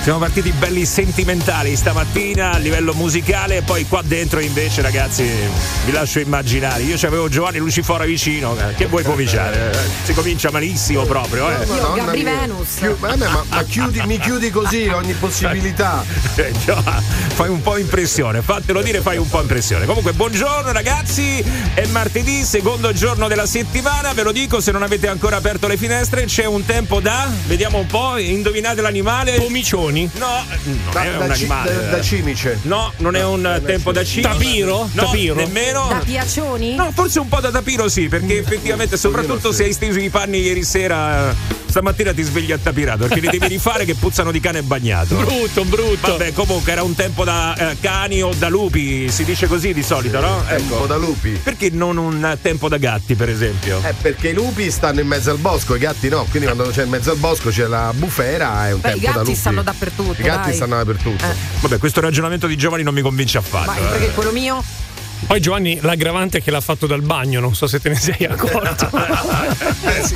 Siamo partiti belli sentimentali stamattina a livello musicale, e poi qua dentro invece, ragazzi, vi lascio immaginare. Io c'avevo Giovanni Lucifora vicino, che vuoi cominciare? Si comincia malissimo proprio, eh. Io Gabri Venus. Ma mi chiudi così ogni possibilità. Fai un po' impressione, fatelo dire, fai un po' impressione. Comunque, buongiorno ragazzi, è martedì, secondo giorno della settimana, ve lo dico, se non avete ancora aperto le finestre, c'è un tempo da, vediamo un po', indovinate l'animale? Pomicioni? No, non è un animale. Da cimice. No, non è un tempo da cimice. Tapiro? No, Tapiro? nemmeno. Da piacioni? No, forse un po' da tapiro sì, perché effettivamente, soprattutto se hai steso i panni ieri sera, stamattina ti svegli attapirato, perché li devi rifare che puzzano di cane bagnato. Brutto. Vabbè, comunque era un tempo da cani o da lupi, si dice così di solito, no? Tempo da lupi. Perché non un tempo da gatti, per esempio? Perché i lupi stanno in mezzo al bosco, i gatti no, quindi quando c'è in mezzo al bosco c'è la bufera, è un tempo da lupi. I gatti stanno dappertutto. I gatti stanno dappertutto. Vabbè, questo ragionamento di Giovanni non mi convince affatto. Ma perché quello mio? Poi Giovanni, l'aggravante è che l'ha fatto dal bagno, non so se te ne sei accorto. Sì.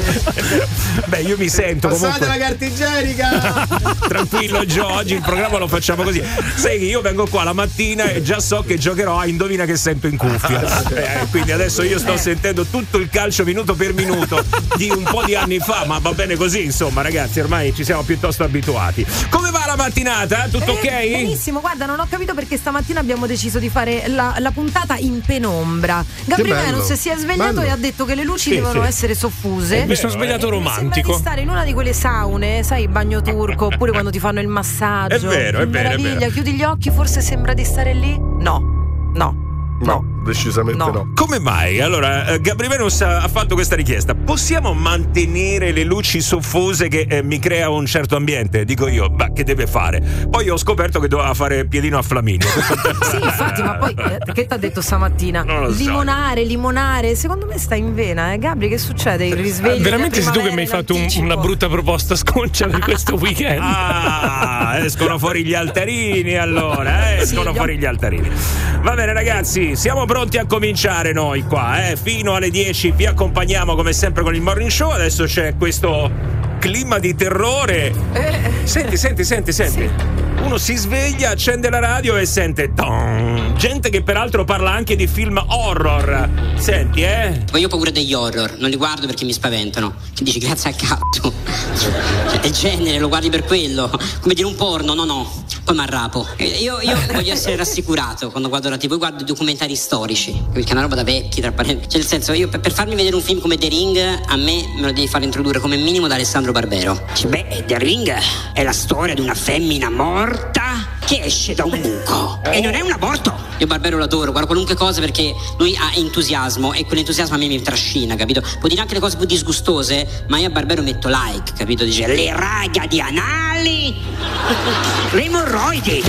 Beh, io mi sento Passate comunque la carta igienica. tranquillo Gio, oggi il programma lo facciamo così. Sai che io vengo qua la mattina e già so che giocherò a indovina che sento in cuffia. Quindi adesso io sto sentendo tutto il calcio minuto per minuto di un po' di anni fa, ma va bene così, insomma, ragazzi, ormai ci siamo piuttosto abituati. Come va la mattinata? Tutto ok? Benissimo, guarda, non ho capito perché stamattina abbiamo deciso di fare la puntata in penombra. Gabri Venus si è svegliato e ha detto che le luci devono essere soffuse. Mi sono svegliato romantico. Mi sembra di stare in una di quelle saune, sai, il bagno turco, oppure quando ti fanno il massaggio. È vero, è vero. Chiudi gli occhi, forse sembra di stare lì? No, decisamente no. Come mai? Allora, Gabri Venus ha fatto questa richiesta. Possiamo mantenere le luci soffuse che mi crea un certo ambiente? Dico io, ma che deve fare? Poi ho scoperto che doveva fare piedino a Flaminio. Sì, infatti, ma poi che ti ha detto stamattina? Non lo so. Limonare, secondo me sta in vena, Gabri, che succede? Il risveglio. Veramente sei tu che mi hai fatto una brutta proposta sconcia per questo weekend. Escono fuori gli altarini allora, escono fuori gli altarini. Va bene ragazzi, siamo pronti a cominciare noi qua, fino alle 10 vi accompagniamo come sempre con il Morning Show. Adesso c'è questo clima di terrore. Senti. Sì. Uno si sveglia, accende la radio e sente gente che peraltro parla anche di film horror. Senti, Poi io ho paura degli horror, non li guardo perché mi spaventano. Che dici grazie al cazzo. È il genere, lo guardi per quello. Come dire un porno, no. Poi mi arrapo. Io voglio essere rassicurato quando guardo la TV, guardo documentari storici, perché è una roba da vecchi, tra parentesi. Cioè, nel senso, io per farmi vedere un film come The Ring, a me lo devi far introdurre come minimo da Alessandro Barbero. The Ring è la storia di una femmina morta che esce da un buco. E non è un aborto. Io Barbero l'adoro, guardo qualunque cosa perché lui ha entusiasmo e quell'entusiasmo a me mi trascina, capito? Può dire anche le cose più disgustose, ma io a Barbero metto like, capito? Dice le raga di anali, le emorroidi,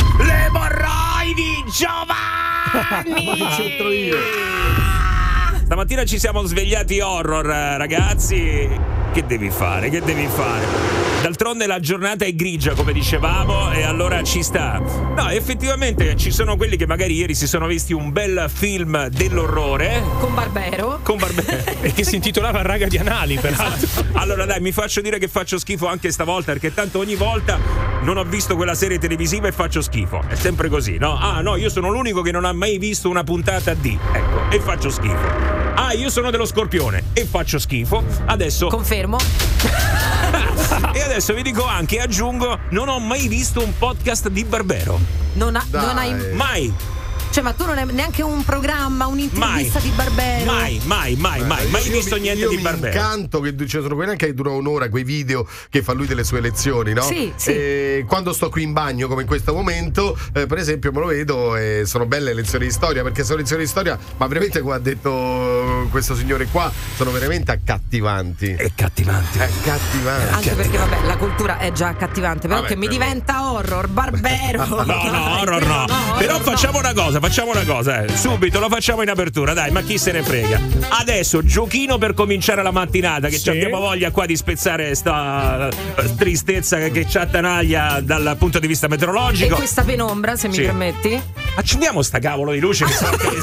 Giovanni. C'entro io. Stamattina ci siamo svegliati horror, ragazzi. Che devi fare? D'altronde la giornata è grigia, come dicevamo, e allora ci sta. No, effettivamente ci sono quelli che magari ieri si sono visti un bel film dell'orrore con Barbero e che si intitolava Raga di anali, peraltro. Allora dai, mi faccio dire che faccio schifo anche stavolta, perché tanto ogni volta non ho visto quella serie televisiva e faccio schifo. È sempre così, no? No, io sono l'unico che non ha mai visto una puntata di, ecco, e faccio schifo. Io sono dello Scorpione e faccio schifo. Adesso confermo. E adesso vi dico anche, aggiungo, non ho mai visto un podcast di Barbero. Non hai mai. Cioè, ma tu non hai neanche un programma, un'intervista di Barbero? Mai visto niente di Barbero. Io mi incanto che sono quelli anche che durano un'ora, quei video che fa lui delle sue lezioni, no? Sì. E quando sto qui in bagno, come in questo momento, per esempio, me lo vedo e sono belle lezioni di storia, perché sono lezioni di storia, ma veramente, come ha detto questo signore qua, sono veramente accattivanti. È accattivante. Anche perché, vabbè, la cultura è già accattivante, però mi diventa horror, Barbero. No, horror no. Però facciamo una cosa, subito lo facciamo in apertura, dai, ma chi se ne frega. Adesso giochino per cominciare la mattinata, che abbiamo voglia qua di spezzare sta tristezza che ci attanaglia dal punto di vista meteorologico. E questa penombra, se mi permetti. Accendiamo sta cavolo di luce che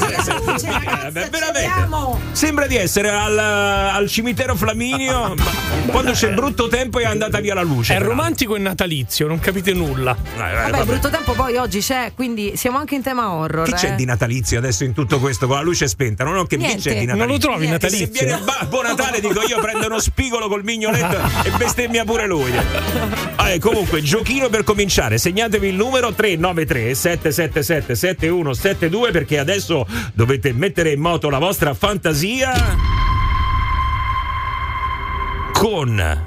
veramente sembra di essere al cimitero Flaminio quando c'è brutto tempo e è andata via la luce. È romantico e natalizio, non capite nulla. Vabbè, brutto tempo poi oggi c'è, quindi siamo anche in tema horror. Che c'è di natalizio adesso in tutto questo con la luce spenta? Non ho che c'è di natalizio. Non lo trovi natalizio? Se viene Buon Natale dico io prendo uno spigolo col mignoletto e bestemmia pure lui. Comunque, giochino per cominciare. Segnatevi il numero 393 777 7172 perché adesso dovete mettere in moto la vostra fantasia con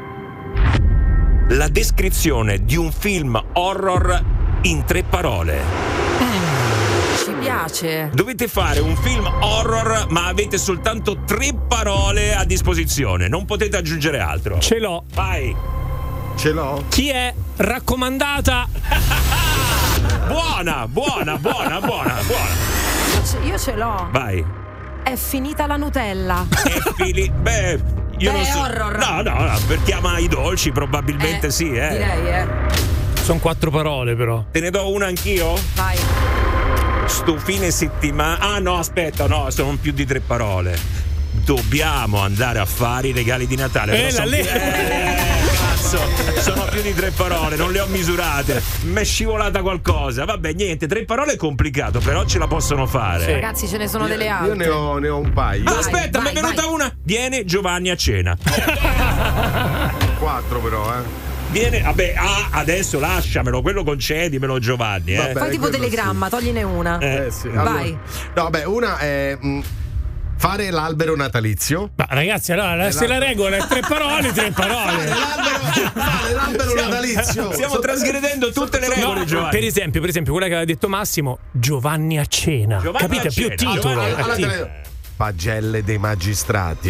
la descrizione di un film horror in 3 parole. Ci piace. Dovete fare un film horror, ma avete soltanto 3 parole a disposizione. Non potete aggiungere altro. Ce l'ho. Vai. Ce l'ho. Chi è raccomandata? Buona. Io ce l'ho. Vai. È finita la Nutella. Io non so. Horror. No, perché ama i dolci, probabilmente sì, Direi, Sono 4 parole, però. Te ne do una anch'io? Vai. Sto fine settimana. Ah, no, aspetta, no, sono più di 3 parole. Dobbiamo andare a fare i regali di Natale. Cazzo, sono più di 3 parole, non le ho misurate. Mi è scivolata qualcosa. Vabbè, niente, 3 parole è complicato, però ce la possono fare. Sì. Ragazzi, ce ne sono delle altre. Io ne ho un paio. Aspetta, mi è venuta una. Viene Giovanni a cena. 4 però, Viene, adesso lasciamelo, quello concedimelo Giovanni. Fai tipo telegramma, togline una. Sì. Vai. Allora, una è fare l'albero natalizio. Ma ragazzi, allora se la regola è 3 parole, 3 parole. Fare l'albero natalizio. Stiamo trasgredendo tutte le regole, Giovanni. Per esempio, quella che aveva detto Massimo, Giovanni a cena. Capite? Più titolo. Pagelle dei magistrati.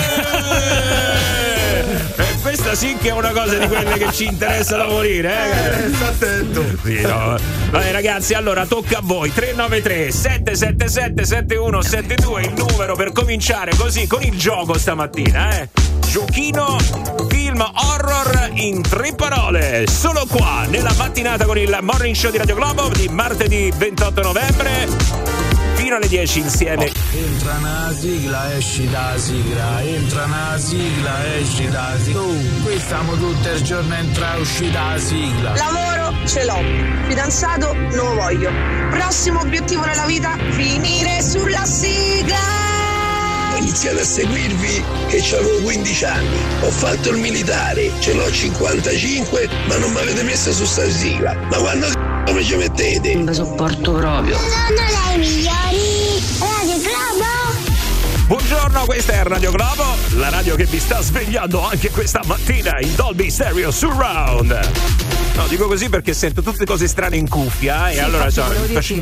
Questa sì che è una cosa di quelle che ci interessa da morire, Sta attento. Sì, no. Vabbè, ragazzi, allora tocca a voi. 393 777 7172 il numero per cominciare così con il gioco stamattina, Giochino film horror in 3 parole. Solo qua nella mattinata con il Morning Show di Radio Globo di martedì 28 novembre. Fino alle 10 insieme. Entra una sigla, esci da sigla. Entra una sigla, esci da sigla. Qui stiamo tutto il giorno entra e uscì da sigla. Lavoro ce l'ho, fidanzato non lo voglio. Prossimo obiettivo nella vita, finire sulla sigla. Ho iniziato a seguirvi che avevo 15 anni, ho fatto il militare, ce l'ho 55, ma non mi avete messo su sta sigla. Ma quando come ci mettete? Non vi sopporto proprio. Sono le migliori Radio Globo. Buongiorno, questa è Radio Globo, la radio che vi sta svegliando anche questa mattina in Dolby Stereo Surround. No, dico così perché sento tutte cose strane in cuffia e allora sono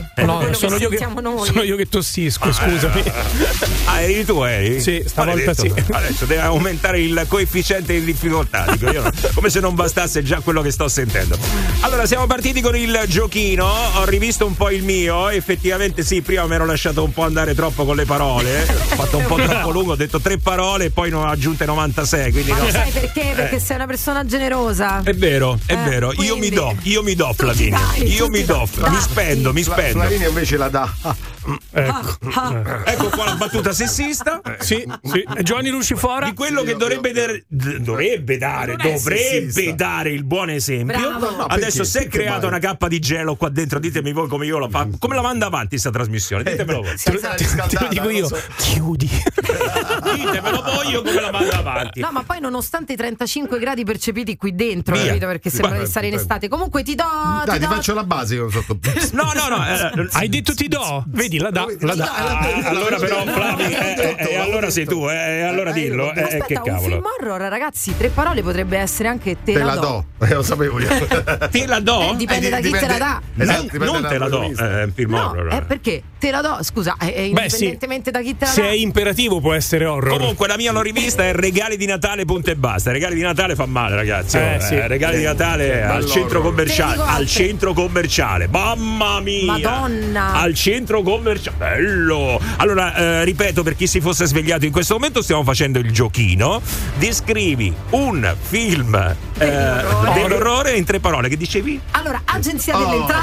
io che tossisco, scusami. Eri tu, eri? Sì, stavolta sì. Adesso deve aumentare il coefficiente di difficoltà, dico io, come se non bastasse già quello che sto sentendo. Allora, siamo partiti con il giochino, ho rivisto un po' il mio, effettivamente sì, prima mi ero lasciato un po' andare troppo con le parole, ho fatto un po' troppo lungo, ho detto 3 parole e poi ne ho aggiunte 96, quindi ma sai perché? Perché sei una persona generosa. È vero, io mi do Flaminio, mi spendo. Flaminio invece la dà. Ecco qua la battuta sessista. Sì. E Giovanni Lucifora di quello che dovrebbe dare il buon esempio. No, adesso se è creata una cappa di gelo qua dentro, ditemi voi come io la faccio, come la manda avanti sta trasmissione, ditemelo voi. Te lo dico io, chiudi. Ditemelo voi io come la mando avanti. No, ma poi nonostante i 35 gradi percepiti qui dentro, capito? Perché sembra di stare in estate. Comunque ti do. Dai, ti faccio la base con sotto. No. Hai detto ti do? Vedi, la dà. Allora però Flavi, allora sei tu, allora dillo. Aspetta, che cavolo. Un film horror, ragazzi, 3 parole potrebbe essere anche te la do. Lo sapevo io. Te la do? Dipende da chi te la dà. Non te la do. Un film horror. Perché te la do, scusa, indipendentemente da chi te la dà. Se è imperativo può essere horror. Comunque la mia l'ho rivista, è regali di Natale punto e basta. Regali di Natale fa male, ragazzi. Sì. Regali di Natale al centro commerciale. Al centro commerciale. Mamma mia. Madonna. Al centro commerciale. Bello. Allora, ripeto, per chi si fosse svegliato in questo momento, stiamo facendo il giochino. Descrivi un film dell'orrore in 3 parole. Che dicevi? Allora, Agenzia delle Entrate,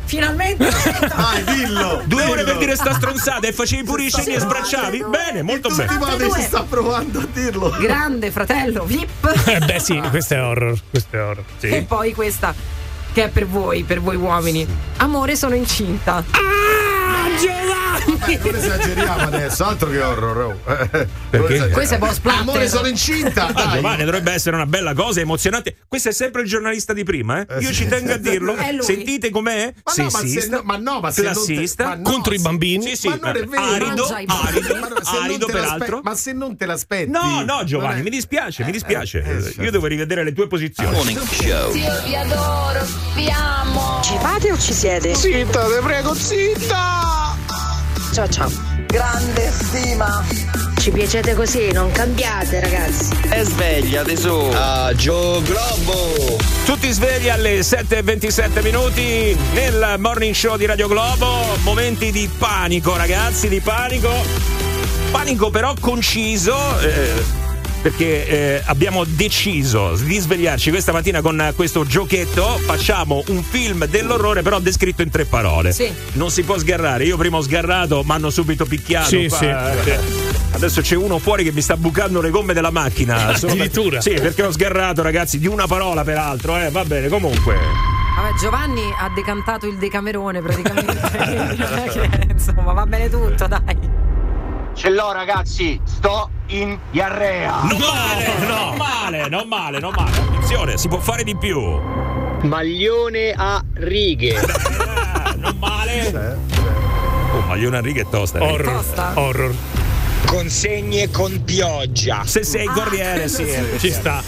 Finalmente. Dillo. 2 ore per dire sta stronzata e facevi pure i segni e sbracciavi. Bene, molto bene. Si sta provando a dirlo. Grande fratello, VIP. Beh sì, questo è horror. Sì. E poi questa che è per voi uomini. Amore, sono incinta. Giovanni! Non esageriamo adesso, altro che horror. Perché? Questo è boss splatter. Amore, sono incinta. Giovanni, dovrebbe essere una bella cosa, emozionante. Questo è sempre il giornalista di prima, eh? Io ci tengo a dirlo. Sentite com'è? Sessista, classista, contro i bambini. Sì, ma non è vero. Arido peraltro. Ma se non te l'aspetti. No, Giovanni, mi dispiace. Io devo rivedere le tue posizioni. Morning Show. Io vi adoro, vi amo. Ci fate o ci siete? Zitta, te prego, zitta! Ciao. Grande stima. Ci piacete così, non cambiate ragazzi. E sveglia tesoro. Radio Globo. Tutti svegli alle 7:27 minuti nel Morning Show di Radio Globo. Momenti di panico, ragazzi, di panico. Panico però conciso. Perché abbiamo deciso di svegliarci questa mattina con questo giochetto. Facciamo un film dell'orrore però descritto in 3 parole. Sì. Non si può sgarrare. Io prima ho sgarrato, mi hanno subito picchiato. Sì. Adesso c'è uno fuori che mi sta bucando le gomme della macchina. Addirittura? Sì, perché ho sgarrato, ragazzi, di una parola peraltro. Va bene, comunque. Vabbè, Giovanni ha decantato il Decamerone praticamente. Insomma, va bene tutto, dai. Ce l'ho, ragazzi, sto in diarrea. Non male. Attenzione, si può fare di più. Maglione a righe. Non male. Maglione a righe è tosta. Horror. Consegne con pioggia. Se sei corriere, sì. Ci sta.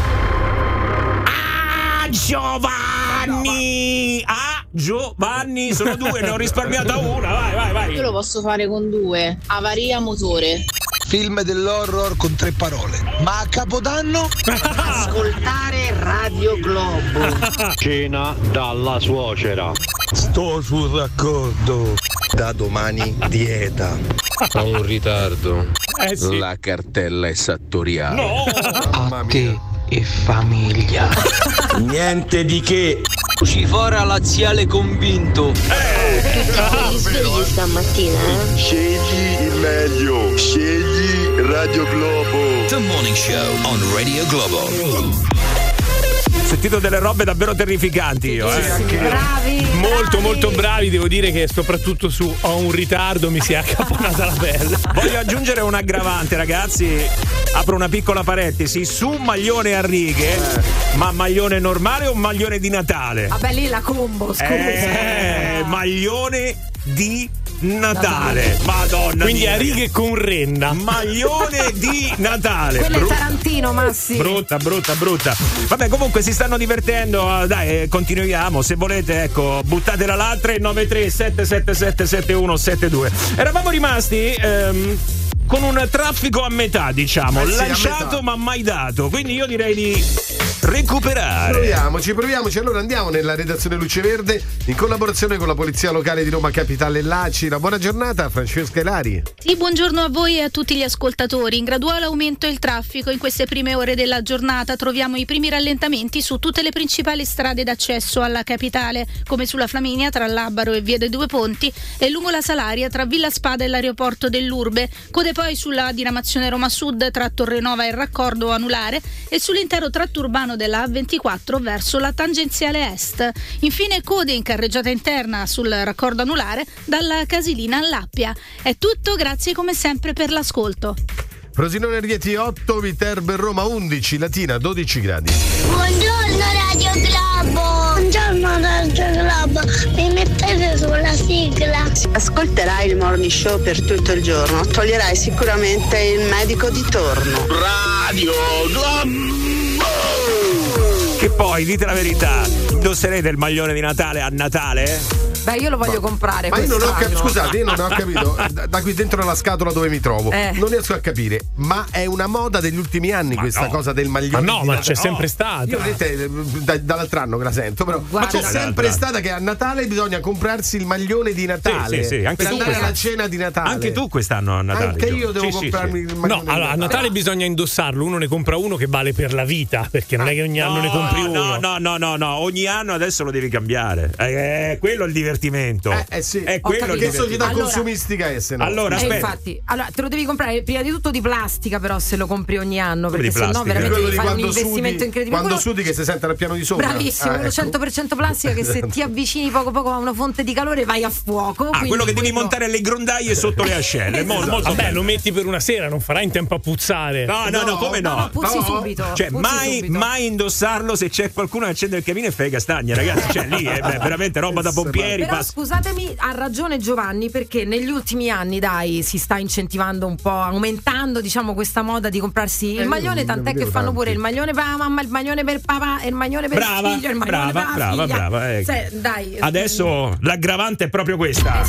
Giovanni, sono 2, ne ho risparmiata una. Vai. Io lo posso fare con 2. Avaria motore. Film dell'horror con 3 parole. Ma a Capodanno? Ascoltare Radio Globo. Cena dalla suocera. Sto sul raccordo. Da domani dieta. Ho un ritardo. Sì. La cartella esattoriale. No! A te e famiglia. Niente di che. Ci farà laziale convinto. Svegli stamattina, Scegli il meglio. Scegli Radio Globo. The Morning Show on Radio Globo. Ho sentito delle robe davvero terrificanti io. Bravi. Molto bravi, devo dire che soprattutto su Ho un ritardo mi si è accaponata la pelle. Voglio aggiungere un aggravante, ragazzi. Apro una piccola parentesi. Su maglione a righe, ma maglione normale o maglione di Natale? Vabbè, lì la combo, scusa. Maglione di Natale. Madonna. Quindi mia. a righe con renna. Maglione di Natale. Quello è Tarantino, Massi. Brutta. Vabbè, comunque si stanno divertendo. Dai, continuiamo. Se volete, ecco, buttatela là. 393 777 7172. Eravamo rimasti con un traffico a metà, diciamo, lanciato ma mai dato. Quindi io direi di recuperare. Proviamoci. Allora andiamo nella redazione Luce Verde in collaborazione con la Polizia Locale di Roma Capitale e l'Acira. Buona giornata, Francesca Ilari. Sì, buongiorno a voi e a tutti gli ascoltatori. In graduale aumento il traffico. In queste prime ore della giornata troviamo i primi rallentamenti su tutte le principali strade d'accesso alla capitale, come sulla Flaminia tra Labaro e Via dei Due Ponti e lungo la Salaria tra Villa Spada e l'aeroporto dell'Urbe. Code poi sulla diramazione Roma Sud tra Torrenova e il raccordo anulare e sull'intero tratto urbano della A24 verso la tangenziale est. Infine code in carreggiata interna sul raccordo anulare dalla Casilina all'Appia. È tutto, grazie come sempre per l'ascolto. Frosinone Rieti 8, Viterbo e Roma 11, Latina 12 gradi. Buongiorno Radio Globo. Buongiorno Radio Globo. Mi mettete sulla sigla. Ascolterai il Morning Show per tutto il giorno. Toglierai sicuramente il medico di torno. Radio Globo. Che poi, dite la verità, indosserete il maglione di Natale a Natale? Beh, io lo voglio comprare. Ma io non ho capito, scusate, io non ho capito da qui dentro la scatola dove mi trovo. Non riesco a capire, ma è una moda degli ultimi anni questa cosa del maglione? Ma no, ma c'è sempre stata. Io dall'altro anno che la sento, però. Ma c'è sempre stata che a Natale bisogna comprarsi il maglione di Natale. Sì, anche per andare alla cena di Natale. Anche tu quest'anno a Natale. Anche io devo comprarmi il maglione. No, allora a Natale bisogna indossarlo, uno ne compra uno che vale per la vita, perché non è che ogni anno ne compri uno. No, ogni anno adesso lo devi cambiare. Quello è il divertimento. Sì. È quello che società consumistica è, se no. Allora, aspetta. Infatti, te lo devi comprare prima di tutto di plastica, però se lo compri ogni anno, perché se no veramente devi fare un investimento incredibile. Quando sudi che si sente al piano di sopra. Bravissimo, quello 100% plastica che se ti avvicini poco poco a una fonte di calore vai a fuoco. Quello che devi montare le grondaie sotto le ascelle. Vabbè, lo metti per una sera, non farà in tempo a puzzare. No, come no? No, puzzi subito. Cioè, mai indossarlo se c'è qualcuno che accende il camino e fa le castagne, ragazzi. Cioè, lì è veramente roba da pompieri. Però scusatemi, ha ragione Giovanni, perché negli ultimi anni, si sta incentivando un po', aumentando, diciamo, questa moda di comprarsi il maglione, tant'è che fanno pure il maglione per la mamma, il maglione per papà e il maglione per il figlio, il maglione per la figlia. Brava. Dai. Adesso l'aggravante è proprio questa.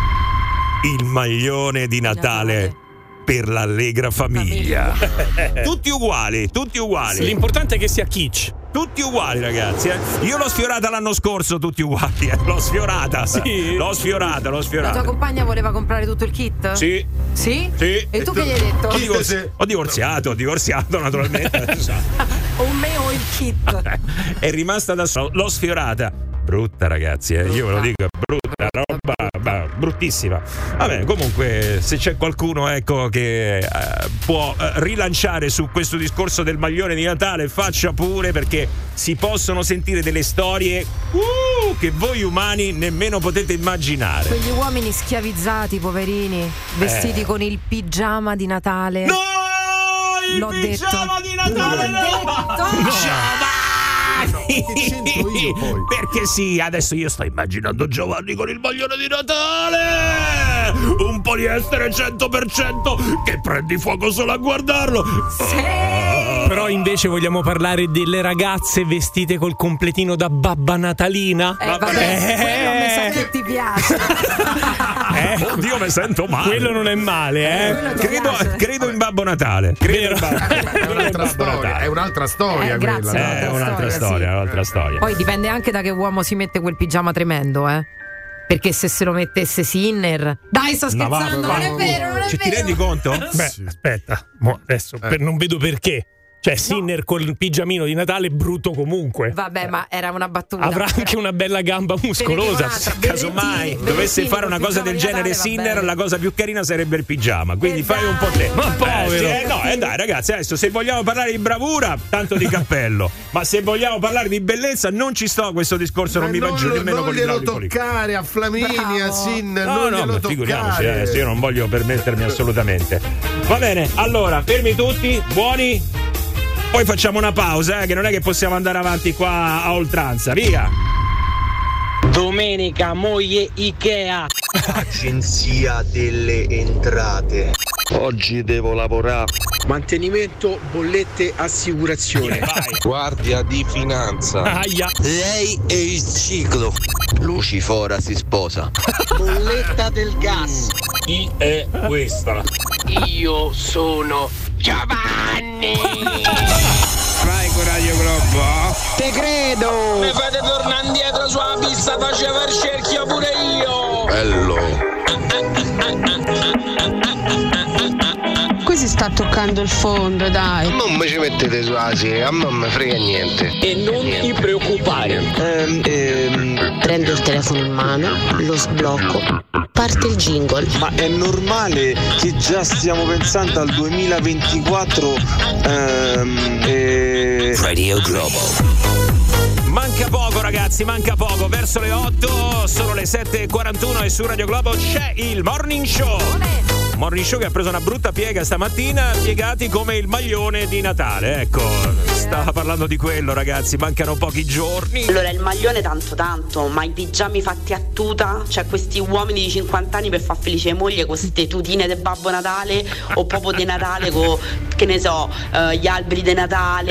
Sì. Il maglione di Natale per l'allegra famiglia. Tutti uguali. Sì, l'importante è che sia kitsch. Tutti uguali, ragazzi. Io l'ho sfiorata l'anno scorso, tutti uguali. L'ho sfiorata. Sì. L'ho sfiorata. La tua compagna voleva comprare tutto il kit? Sì. Sì? E tu che gli hai detto? Ho divorziato naturalmente. O me o il kit. È rimasta da sola. L'ho sfiorata. Brutta, ragazzi, io ve lo dico, è brutta, roba bruttissima. Vabbè, comunque, se c'è qualcuno, che può rilanciare su questo discorso del maglione di Natale, faccia pure, perché si possono sentire delle storie che voi umani nemmeno potete immaginare. Quegli uomini schiavizzati, poverini, vestiti con il pigiama di Natale. No! L'ho pigiama detto. Di Natale! Che c'entro io poi? Perché sì, adesso io sto immaginando Giovanni con il maglione di Natale, un poliestere 100% che prendi fuoco solo a guardarlo. Però invece vogliamo parlare delle ragazze vestite col completino da babba natalina. Vabbè, quello mi sa che ti piace. Oddio, mi sento male. Quello non è male, Credo in Babbo Natale. È un'altra storia. È un'altra storia quella. È un'altra storia. Poi dipende anche da che uomo si mette quel pigiama tremendo, Perché se lo mettesse Sinner. Dai, sto scherzando, non è vero. Ti rendi conto? Beh, aspetta, adesso non vedo perché. Cioè, Sinner col pigiamino di Natale brutto comunque. Vabbè, ma era una battuta. Avrà anche una bella gamba muscolosa. Se casomai dovesse fare una cosa del genere Sinner, la cosa più carina sarebbe il pigiama. Quindi fai un po' te. Ma povero. Dai, ragazzi, adesso se vogliamo parlare di bravura, tanto di cappello. Ma se vogliamo parlare di bellezza, non ci sto a questo discorso, non mi va giù nemmeno con l'idraulico. Non glielo toccare a Flaminia, Sinner. Non glielo figuriamoci, toccare. io non voglio permettermi assolutamente. Va bene, allora, fermi tutti, buoni. Poi facciamo una pausa, che non è che possiamo andare avanti qua a oltranza, via. Domenica, moglie Ikea. Agenzia delle entrate. Oggi devo lavorare. Mantenimento, bollette, assicurazione. Guardia di finanza. Aia. Lei e il ciclo. Lucifora si sposa. Bolletta del gas. Chi è questa? Io sono Giovanni. Vai con Radio Globo. Te credo. Mi fate tornare indietro sulla pista, faceva il cerchio pure io. Bello. Qui si sta toccando il fondo, dai. Non mi ci mettete sulla sera, a me non mi frega niente. E non ti preoccupare. Prendo il telefono in mano, lo sblocco, parte il jingle. Ma è normale che già stiamo pensando al 2024? Radio Globo. Manca poco, ragazzi, manca poco. Verso le 8, sono le 7:41 e su Radio Globo c'è il Morning Show. Morning Show che ha preso una brutta piega stamattina, piegati come il maglione di Natale. Ecco, stava parlando di quello, ragazzi, mancano pochi giorni. Allora, il maglione tanto, ma i pigiami fatti a tuta, cioè questi uomini di 50 anni per far felice moglie con queste tutine del Babbo Natale o proprio di Natale con, che ne so, gli alberi di Natale,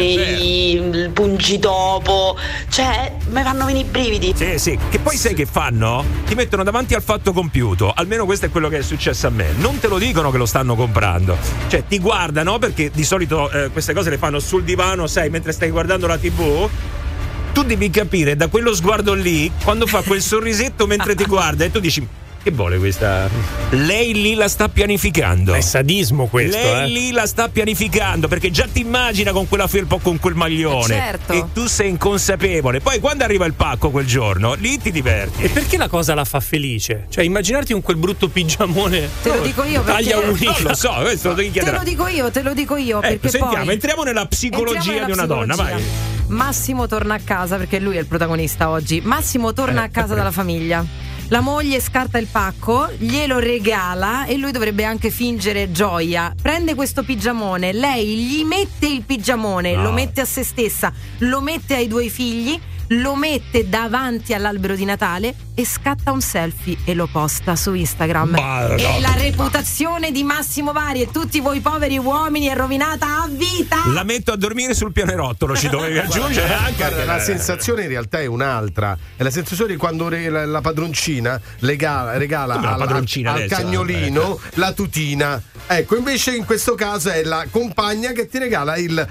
il pungitopo, cioè mi fanno venire i brividi. Sì, che poi sai che fanno? Ti mettono davanti al fatto compiuto, almeno questo è quello che è successo a me, non te lo dicono che lo stanno comprando, cioè ti guardano, perché di solito queste cose le fanno sul divano, sai, mentre stai guardando la TV. Tu devi capire da quello sguardo lì, quando fa quel sorrisetto mentre ti guarda e tu dici: che vuole questa? Lei lì la sta pianificando. È sadismo questo. Lei lì la sta pianificando, perché già ti immagina con quella felpa o con quel maglione. Certo. E tu sei inconsapevole. Poi quando arriva il pacco quel giorno, lì ti diverti. E perché la cosa la fa felice? Cioè, immaginarti con quel brutto pigiamone. Te lo dico io perché taglia unita. Non lo so, questo lo devi chiedere. Te lo dico io perché sentiamo, poi entriamo nella psicologia di una donna, vai. Massimo torna a casa, perché lui è il protagonista oggi. Massimo torna a casa dalla famiglia. La moglie scarta il pacco, glielo regala e lui dovrebbe anche fingere gioia. Prende questo pigiamone, lei gli mette il pigiamone, lo mette a se stessa, lo mette ai 2 figli, lo mette davanti all'albero di Natale e scatta un selfie e lo posta su Instagram. E la reputazione di Massimo Vari e tutti voi poveri uomini è rovinata a vita. La metto a dormire sul pianerottolo, ci dovevi aggiungere anche. La sensazione in realtà è un'altra, è la sensazione di quando la padroncina regala al cagnolino la tutina. Ecco, invece in questo caso è la compagna che ti regala il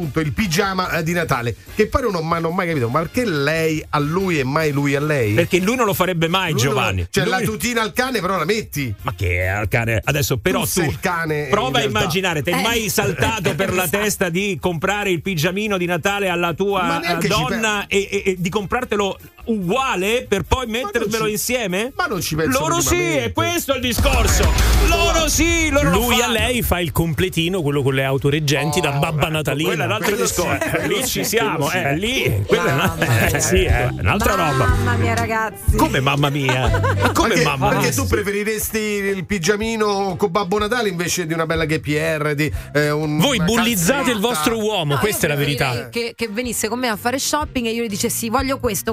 pigiama di Natale, che poi non ho mai capito, ma perché lei a lui e mai lui a lei? Perché lui non lo farebbe mai, lui Giovanni. La tutina al cane però la metti. Ma che è al cane? Adesso però tu il cane, prova a immaginare, ti è mai saltato per la testa di comprare il pigiamino di Natale alla tua donna e di comprartelo uguale per poi mettervelo insieme? Ma non ci penso. Loro sì, è questo il discorso. Loro sì, lui a lei fa il completino, quello con le autoreggenti da babba natalina. Quello è un altro discorso. Lì ci siamo, lì. Quella è un'altra roba. Mamma mia, ragazzi. Come mamma mia? Ma come mamma mia? Perché tu preferiresti il pigiamino con Babbo Natale invece di una bella GPR? Voi bullizzate il vostro uomo, questa è la verità. Che venisse con me a fare shopping e io gli dicessi: voglio questo.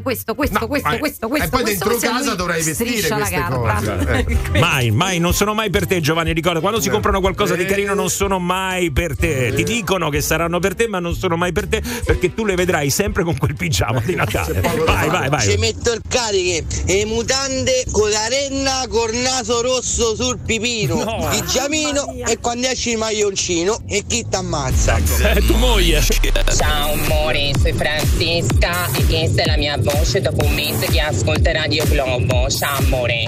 E poi dentro casa dovrai vestire queste cose. Mai, non sono mai per te, Giovanni. Ricorda, quando si comprano qualcosa di carino non sono mai per te. Ti dicono che saranno per te, ma non sono mai per te, perché tu le vedrai sempre con quel pigiama di Natale. Vai. Ci metto il cariche e mutande con la renna col naso rosso sul pipino, pigiamino e quando esci il maglioncino e chi t'ammazza? Tu moglie. Ciao amore, sono Francesca e questa è la mia voce dopo un mese che ascolta Radio Globo. Ciao amore.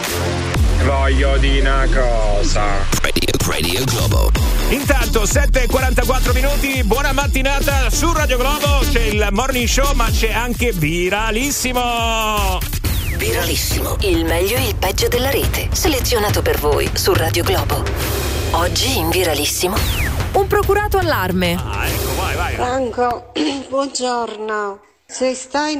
Voglio di una cosa. Radio Globo. Intanto 7:44 minuti, buona mattinata su Radio Globo. C'è il Morning Show, ma c'è anche Viralissimo. Viralissimo, il meglio e il peggio della rete, selezionato per voi su Radio Globo. Oggi in Viralissimo, un procurato allarme. Ecco, vai. Franco, buongiorno. Se stai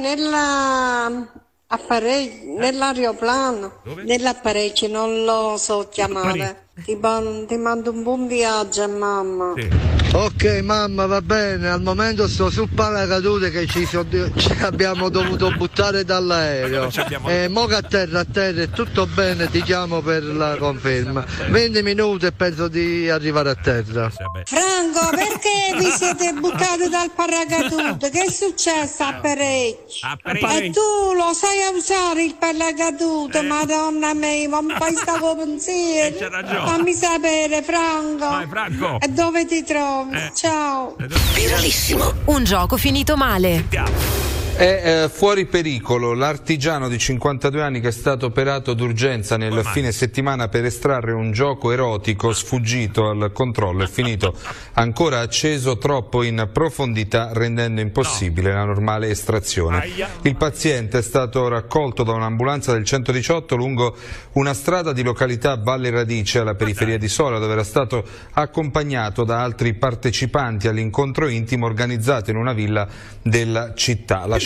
nell'aeroplano, nell'apparecchio, non lo so chiamare. Ti mando un buon viaggio, mamma. Sì. Ok mamma, va bene, al momento sto sul paracadute che ci abbiamo dovuto buttare dall'aereo. E mo che a terra è tutto bene, ti chiamo per la conferma. 20 minuti e penso di arrivare a terra. Franco, perché vi siete buttati dal paracadute? Che è successo a parecchi? E tu lo sai usare il paracadute, madonna mia, ma fai sta pensiero. C'è ragione. Fammi sapere, Franco. Vai, Franco. E dove ti trovi? Ciao. Viralissimo. Un gioco finito male. È fuori pericolo l'artigiano di 52 anni che è stato operato d'urgenza nel fine settimana per estrarre un gioco erotico sfuggito al controllo. È finito ancora acceso troppo in profondità, rendendo impossibile la normale estrazione. Il paziente è stato raccolto da un'ambulanza del 118 lungo una strada di località Valle Radice alla periferia di Sola, dove era stato accompagnato da altri partecipanti all'incontro intimo organizzato in una villa della città. La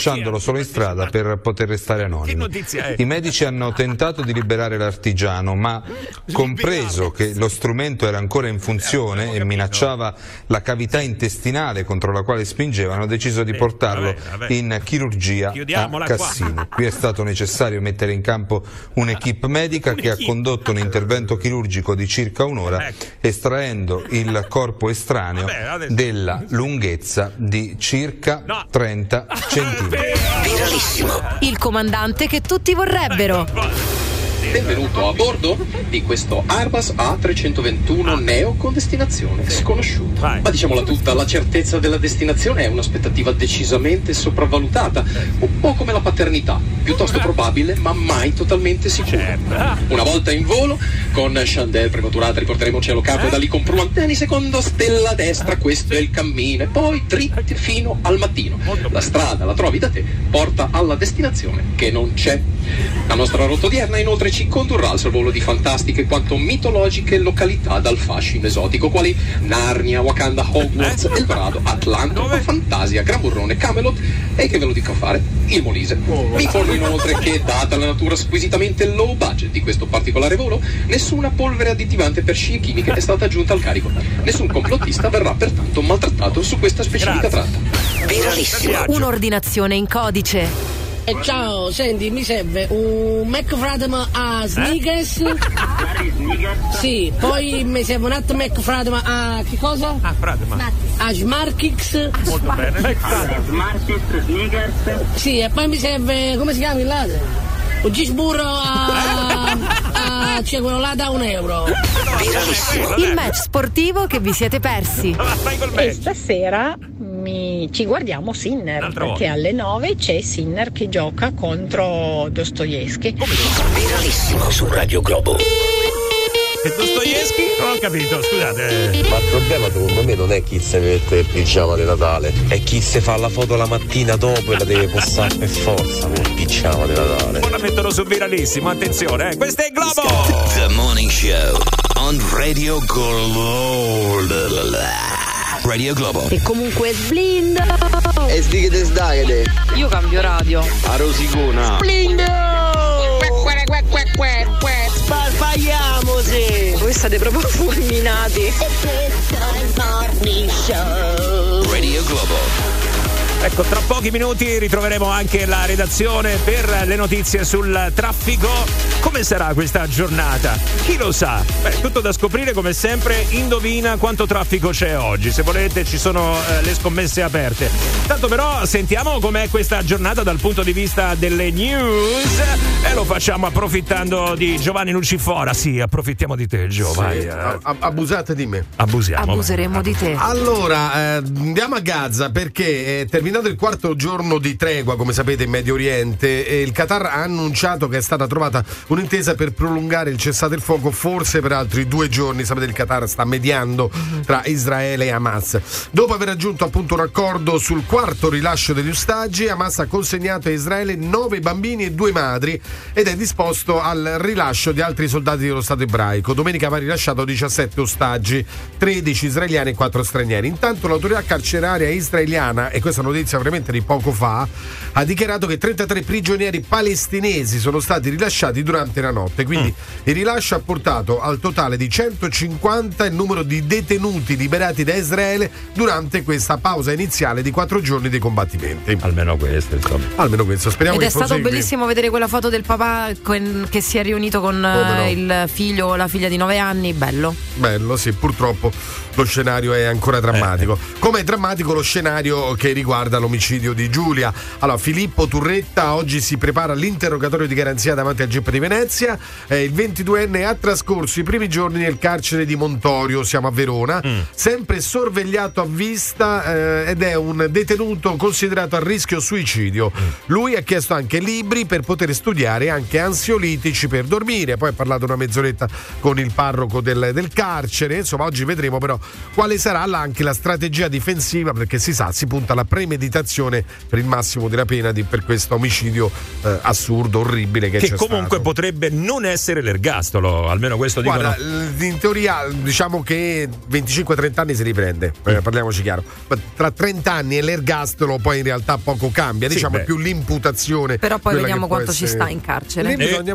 lasciandolo solo in strada per poter restare anonimo. I medici hanno tentato di liberare l'artigiano, ma compreso che lo strumento era ancora in funzione e minacciava la cavità intestinale contro la quale spingeva, hanno deciso di portarlo in chirurgia a Cassino. Qui è stato necessario mettere in campo un'equipe medica che ha condotto un intervento chirurgico di circa un'ora, estraendo il corpo estraneo della lunghezza di circa 30 centimetri. Viralissimo. Il comandante che tutti vorrebbero. Benvenuto a bordo di questo Airbus A321 Neo con destinazione sconosciuta. Ma diciamola tutta, la certezza della destinazione è un'aspettativa decisamente sopravvalutata, un po' come la paternità, piuttosto probabile ma mai totalmente sicura. Una volta in volo, con chandelle prematurata riporteremo cielo capo e da lì con Pruanteni secondo stella a destra, questo è il cammino, e poi dritti fino al mattino. La strada, la trovi da te, porta alla destinazione che non c'è. La nostra rotta odierna inoltre ci condurrà al sorvolo di fantastiche quanto mitologiche località dal fascino esotico, quali Narnia, Wakanda, Hogwarts, Eldorado, Atlantico, Fantasia, Gran Burrone, Camelot e, che ve lo dico a fare, il Molise. Vi informo inoltre che, data la natura squisitamente low budget di questo particolare volo, nessuna polvere additivante per scie chimiche è stata aggiunta al carico. Nessun complottista verrà pertanto maltrattato su questa specifica tratta. Viralissimo. Un'ordinazione in codice. Ciao, senti, mi serve un McFradem a Snickers. Sì, poi mi serve un altro McFradem a che cosa? A Smarkix. Molto bene. Smarkix, Snickers. Sì, e poi mi serve, come si chiama il latte? Un gisburro cioè quello là da €1. Il match sportivo che vi siete persi. E stasera ci guardiamo Sinner, perché alle 9 c'è Sinner che gioca contro Dostoevsky. Viralissimo su Radio Globo. E Dostoevsky? Non ho capito, scusate. Ma il problema secondo me non è chi si mette il pigiama di Natale, è chi si fa la foto la mattina dopo e la deve postare per forza con il pigiama di Natale. Ora la mettono su Viralissimo, attenzione, questo è Globo! The Morning Show on Radio Globo. Radio Globo. E comunque sblindo. E sdigate sdagate. Io cambio radio. A rosicona. Sblindo! Sbagliamoci! Voi state proprio fulminati. E questo è il Morning Show. Radio Globo. Ecco, tra pochi minuti ritroveremo anche la redazione per le notizie sul traffico. Come sarà questa giornata? Chi lo sa? Tutto da scoprire come sempre. Indovina quanto traffico c'è oggi. Se volete ci sono le scommesse aperte. Tanto però sentiamo com'è questa giornata dal punto di vista delle news e lo facciamo approfittando di Giovanni Lucifora. Sì, approfittiamo di te, Gio. Vai. Abusate di me. Abuseremo di te. Allora, andiamo a Gaza perché terminato il quarto giorno di tregua, come sapete, in Medio Oriente, il Qatar ha annunciato che è stata trovata un'intesa per prolungare il cessate il fuoco forse per altri 2 giorni. Sapete, il Qatar sta mediando tra Israele e Hamas. Dopo aver raggiunto appunto un accordo sul quarto rilascio degli ostaggi, Hamas ha consegnato a Israele 9 bambini e 2 madri ed è disposto al rilascio di altri soldati dello Stato ebraico. Domenica va rilasciato 17 ostaggi, 13 israeliani e 4 stranieri. Intanto l'autorità carceraria israeliana, e questa notizia veramente di poco fa, ha dichiarato che 33 prigionieri palestinesi sono stati rilasciati durante la notte, quindi il rilascio ha portato al totale di 150 il numero di detenuti liberati da Israele durante questa pausa iniziale di 4 giorni dei combattimenti. Almeno questo, insomma. Almeno questo, speriamo Ed che è stato bellissimo vedere quella foto del papà che si è riunito con il figlio o la figlia di 9 anni. Bello, sì, purtroppo lo scenario è ancora drammatico. Come è drammatico lo scenario che riguarda l'omicidio di Giulia. Allora, Filippo Turretta oggi si prepara all'interrogatorio di garanzia davanti al GIP di Venezia. Il 22enne ha trascorso i primi giorni nel carcere di Montorio, siamo a Verona, sempre sorvegliato a vista ed è un detenuto considerato a rischio suicidio. Lui ha chiesto anche libri per poter studiare, anche ansiolitici per dormire. Poi ha parlato una mezz'oretta con il parroco del carcere. Insomma, oggi vedremo però quale sarà anche la strategia difensiva, perché si sa, si punta alla premeditazione per il massimo della pena per questo omicidio assurdo, orribile che c'è comunque stato. Potrebbe non essere l'ergastolo, almeno questo dicono. Guarda, in teoria diciamo che 25-30 anni si riprende, parliamoci chiaro. Tra 30 anni e l'ergastolo poi in realtà poco cambia, diciamo è più l'imputazione. Però poi vediamo quanto ci sta in carcere. Bisogna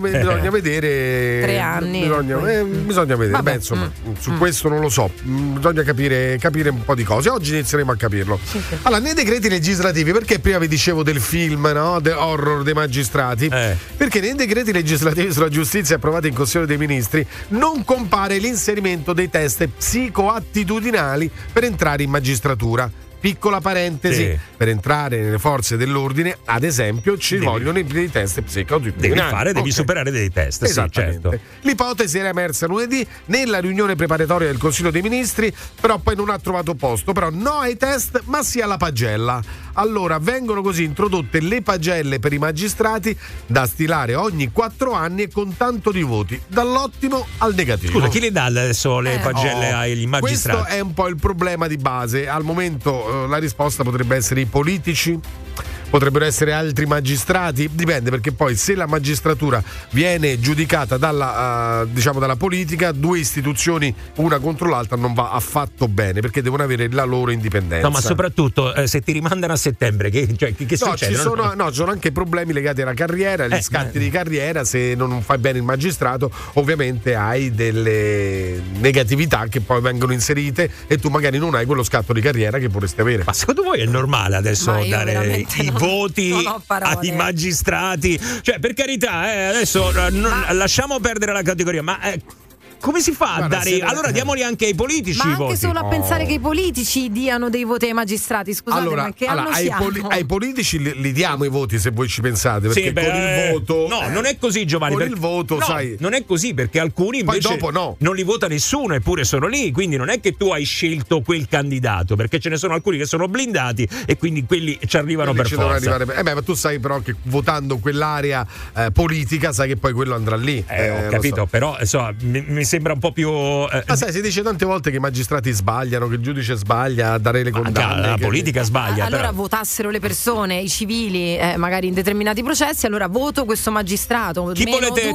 vedere 3 anni. Bisogna vedere. Vabbè. Insomma, su questo non lo so. Bisogna capire un po' di cose. Oggi inizieremo a capirlo. Sì. Allora, nei decreti legislativi, perché prima vi dicevo del film, no? The Horror dei magistrati? Perché nei decreti legislativi sulla giustizia approvati in Consiglio dei Ministri non compare l'inserimento dei test psicoattitudinali per entrare in magistratura. Piccola parentesi, per entrare nelle forze dell'ordine, ad esempio, vogliono i test psicoattitudinali. Devi superare dei test. Esattamente. Sì, certo. L'ipotesi era emersa lunedì nella riunione preparatoria del Consiglio dei Ministri, però poi non ha trovato posto. Però no ai test, ma sì alla pagella. Allora vengono così introdotte le pagelle per i magistrati da stilare ogni 4 anni e con tanto di voti, dall'ottimo al negativo. Scusa, chi le dà adesso le pagelle agli magistrati? Questo è un po' il problema di base. Al momento la risposta potrebbe essere i politici, potrebbero essere altri magistrati, dipende, perché poi se la magistratura viene giudicata dalla politica, 2 istituzioni una contro l'altra non va affatto bene, perché devono avere la loro indipendenza. No, ma soprattutto se ti rimandano a settembre, che succede? Ci sono anche problemi legati alla carriera, gli scatti di carriera. Se non fai bene il magistrato, ovviamente hai delle negatività che poi vengono inserite e tu magari non hai quello scatto di carriera che vorresti avere. Ma secondo voi è normale adesso dare i voti ai magistrati? Cioè, per carità, adesso lasciamo perdere la categoria, ma come si fa a dare? Allora diamoli anche ai politici. Ma i voti. anche solo a pensare che i politici diano dei voti ai magistrati. Scusate, ma che anno siamo? Ai politici li diamo i voti, se voi ci pensate, perché con il voto. No, non è così, Giovanni. Con il voto, sai. Non è così, perché alcuni invece poi dopo non li vota nessuno, eppure sono lì. Quindi non è che tu hai scelto quel candidato, perché ce ne sono alcuni che sono blindati e quindi quelli ci arrivano per forza. Ma tu sai però che votando quell'area politica sai che poi quello andrà lì. Ho capito, però mi sembra un po' più. Ma sai, si dice tante volte che i magistrati sbagliano, che il giudice sbaglia a dare le condanne. La politica sbaglia. Allora votassero le persone, i civili, magari in determinati processi, allora voto questo magistrato. Chi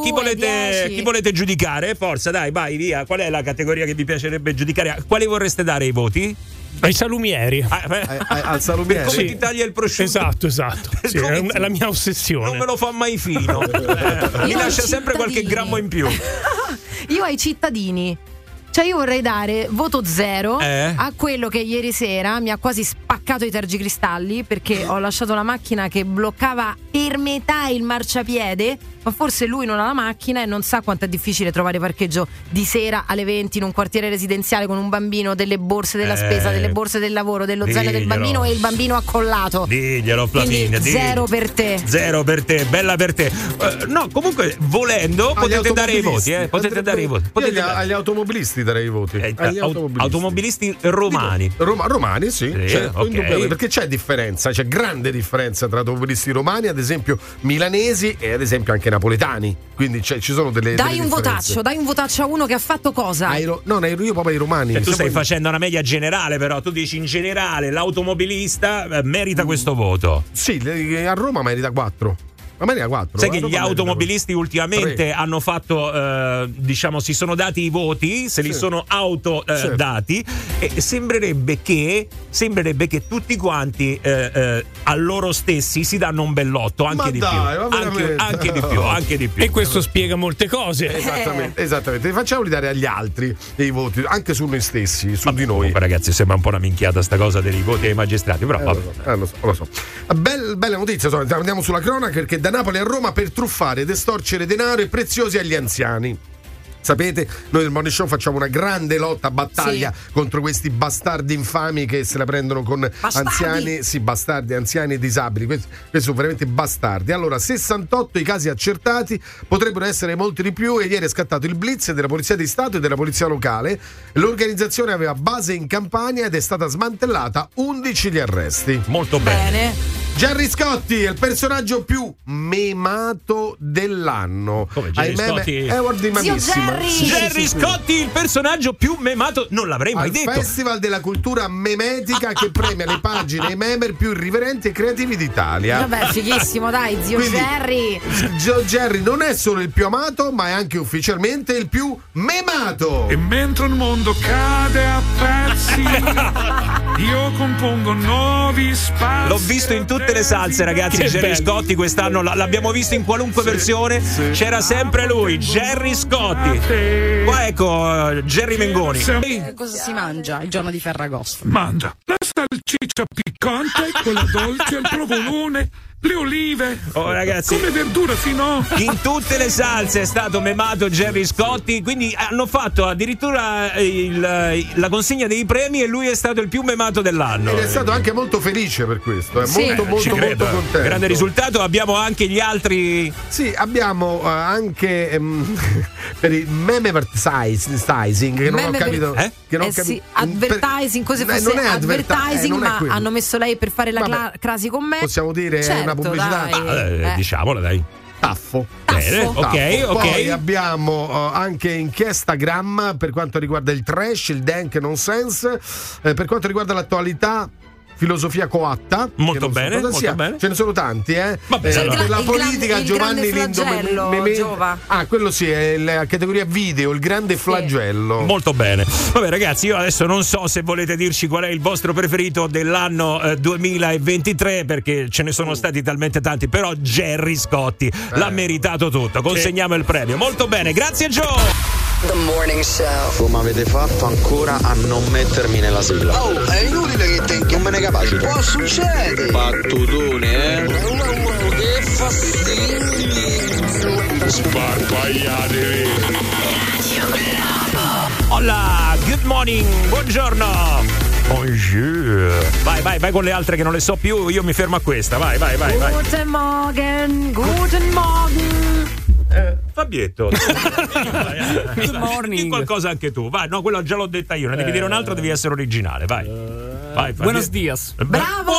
volete giudicare? Forza, dai, vai via. Qual è la categoria che vi piacerebbe giudicare? Quali vorreste dare ai voti? Ai salumieri. Al salumiere? Come ti taglia il prosciutto? Esatto. Sì, è la mia ossessione. Non me lo fa mai fino. Mi lascia sempre qualche grammo in più. Io ai cittadini. Cioè io vorrei dare voto 0 a quello che ieri sera mi ha quasi spaccato i tergicristalli, perché ho lasciato la macchina che bloccava per metà il marciapiede, ma forse lui non ha la macchina e non sa quanto è difficile trovare parcheggio di sera alle 20 in un quartiere residenziale con un bambino, delle borse della spesa, delle borse del lavoro, dello zaino del bambino e il bambino accollato. Diglielo, Flaminia. 0 per te. 0 per te, bella per te. No, comunque volendo potete dare i voti. Potete dare i voti. Agli automobilisti darei i voti. Automobilisti romani. Romani, sì, certo, okay. Perché c'è differenza, c'è grande differenza tra automobilisti romani, ad esempio milanesi e ad esempio anche napoletani. Quindi ci sono delle dai un differenze. votaccio a uno che ha fatto cosa? Io proprio ai romani. Tu stai facendo una media generale, però tu dici in generale l'automobilista merita questo voto. Sì, a Roma merita 4. Ma merita 4. Sai che gli automobilisti ultimamente hanno fatto, si sono dati i voti, se li sono dati, e sembrerebbe che tutti quanti a loro stessi si danno un bellotto, anche di più. E questo spiega molte cose. Esattamente. Facciamoli dare agli altri dei voti, anche su noi stessi, su di noi. Ragazzi, sembra un po' una minchiata sta cosa dei voti ai magistrati, però lo so. Bella notizia, andiamo sulla cronaca, perché da Napoli a Roma per truffare ed estorcere denaro e preziosi agli anziani. Sapete, noi del Morning Show facciamo una grande battaglia contro questi bastardi infami che se la prendono con anziani e disabili. Questi sono veramente bastardi. Allora, 68 i casi accertati, potrebbero essere molti di più, e ieri è scattato il blitz della Polizia di Stato e della Polizia Locale. L'organizzazione aveva base in Campania ed è stata smantellata, 11 gli arresti. Molto bene. Gerry Scotti è il personaggio più memato dell'anno. Come Gerry Scotti? Zio Gerry! Gerry Scotti, il personaggio più memato, non l'avrei mai detto. Festival della cultura memetica che premia le pagine e i memer più irriverenti e creativi d'Italia. Vabbè, fighissimo, dai, zio Gerry. Zio Gerry non è solo il più amato, ma è anche ufficialmente il più memato. E mentre il mondo cade a pezzi, io compongo nuovi spazi. L'ho visto in tutte le salse, ragazzi. Gerry Scotti quest'anno l'abbiamo visto in qualunque versione. C'era sempre lui, Gerry Scotti. Qua ecco Gerry Mengoni. Cosa si mangia il giorno di Ferragosto? Mangia la salsiccia piccante, quella dolce, il provolone, le olive. Oh, ragazzi, come verdura fino in tutte le salse è stato memato Gerry Scotti, quindi hanno fatto addirittura la consegna dei premi e lui è stato il più memato dell'anno. Ed è stato anche molto felice per questo, è molto contento. Grande risultato. Abbiamo anche gli altri. Sì, abbiamo anche per il meme advertising che non ho capito. Che non ho capito. Sì, advertising, cose fosse non è advertising, non è ma quello. hanno messo lei per fare la crasi con me. Possiamo dire certo, una pubblicità? Diciamola, dai. Taffo. Bene, ok. Poi abbiamo anche Inchiestagram per quanto riguarda il trash, il dank nonsense, per quanto riguarda l'attualità. Filosofia coatta, molto bene, molto bene. Ce ne sono tanti, per la politica Giovanni Lindo quello sì, è la categoria video, il grande flagello. Molto bene. Vabbè, ragazzi, io adesso non so se volete dirci qual è il vostro preferito dell'anno 2023, perché ce ne sono stati talmente tanti, però Gerry Scotti l'ha meritato tutto. Consegniamo il premio. Molto bene, grazie Joe. The Morning Show. Come avete fatto ancora a non mettermi nella sigla? Oh, è inutile che te non me ne capace. Può succedere. Battutone, che fastidio. Sparpagliate. Hola, good morning, buongiorno. Bonjour. Vai con le altre che non le so più, io mi fermo a questa. Vai. Guten Morgen, guten Morgen. Fabietto, good morning. Di qualcosa anche tu, vai. No, quello già l'ho detta io. Ne devi dire un altro, devi essere originale. Vai. Buenos dias. Bravo.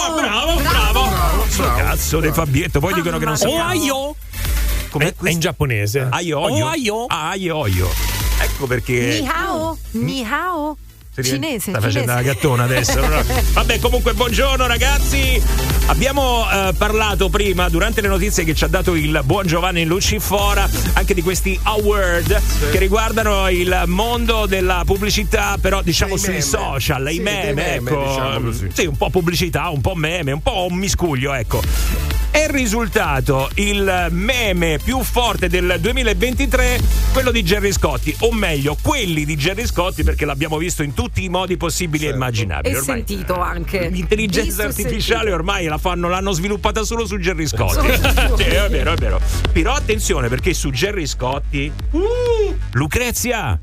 Cazzo di Fabietto. Poi dicono che non so. Aio. Com'è? È in giapponese. Aio. Ecco perché. Ni hao. Cinese. Sta facendo la gattona adesso. Vabbè, comunque, buongiorno ragazzi. Abbiamo parlato prima, durante le notizie che ci ha dato il buon Giovanni Lucifora, anche di questi award che riguardano il mondo della pubblicità, però diciamo sui social, i meme, ecco. Diciamo sì, un po' pubblicità, un po' meme, un po' un miscuglio, ecco. È risultato il meme più forte del 2023 quello di Gerry Scotti, o meglio quelli di Gerry Scotti, perché l'abbiamo visto in tutti i modi possibili e immaginabili. E ormai sentito anche l'intelligenza artificiale ormai l'hanno sviluppata solo su Gerry Scotti. Sì, è vero. Però attenzione, perché su Gerry Scotti Lucrezia,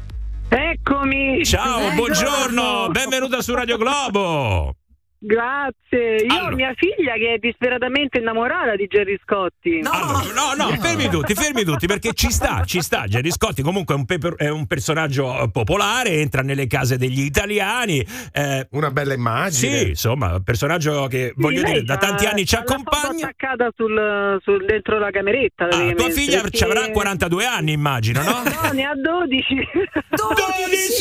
eccomi. Ciao, buongiorno, benvenuta su Radio Globo. Grazie, io ho mia figlia che è disperatamente innamorata di Gerry Scotti. No, fermi tutti, perché ci sta. Gerry Scotti comunque è un personaggio popolare, entra nelle case degli italiani. Una bella immagine. Sì, insomma, un personaggio che, voglio dire, da tanti anni ci accompagna. Attaccata sul dentro la cameretta. Tua figlia ci avrà 42 anni, immagino, no? No, ne ha 12. 12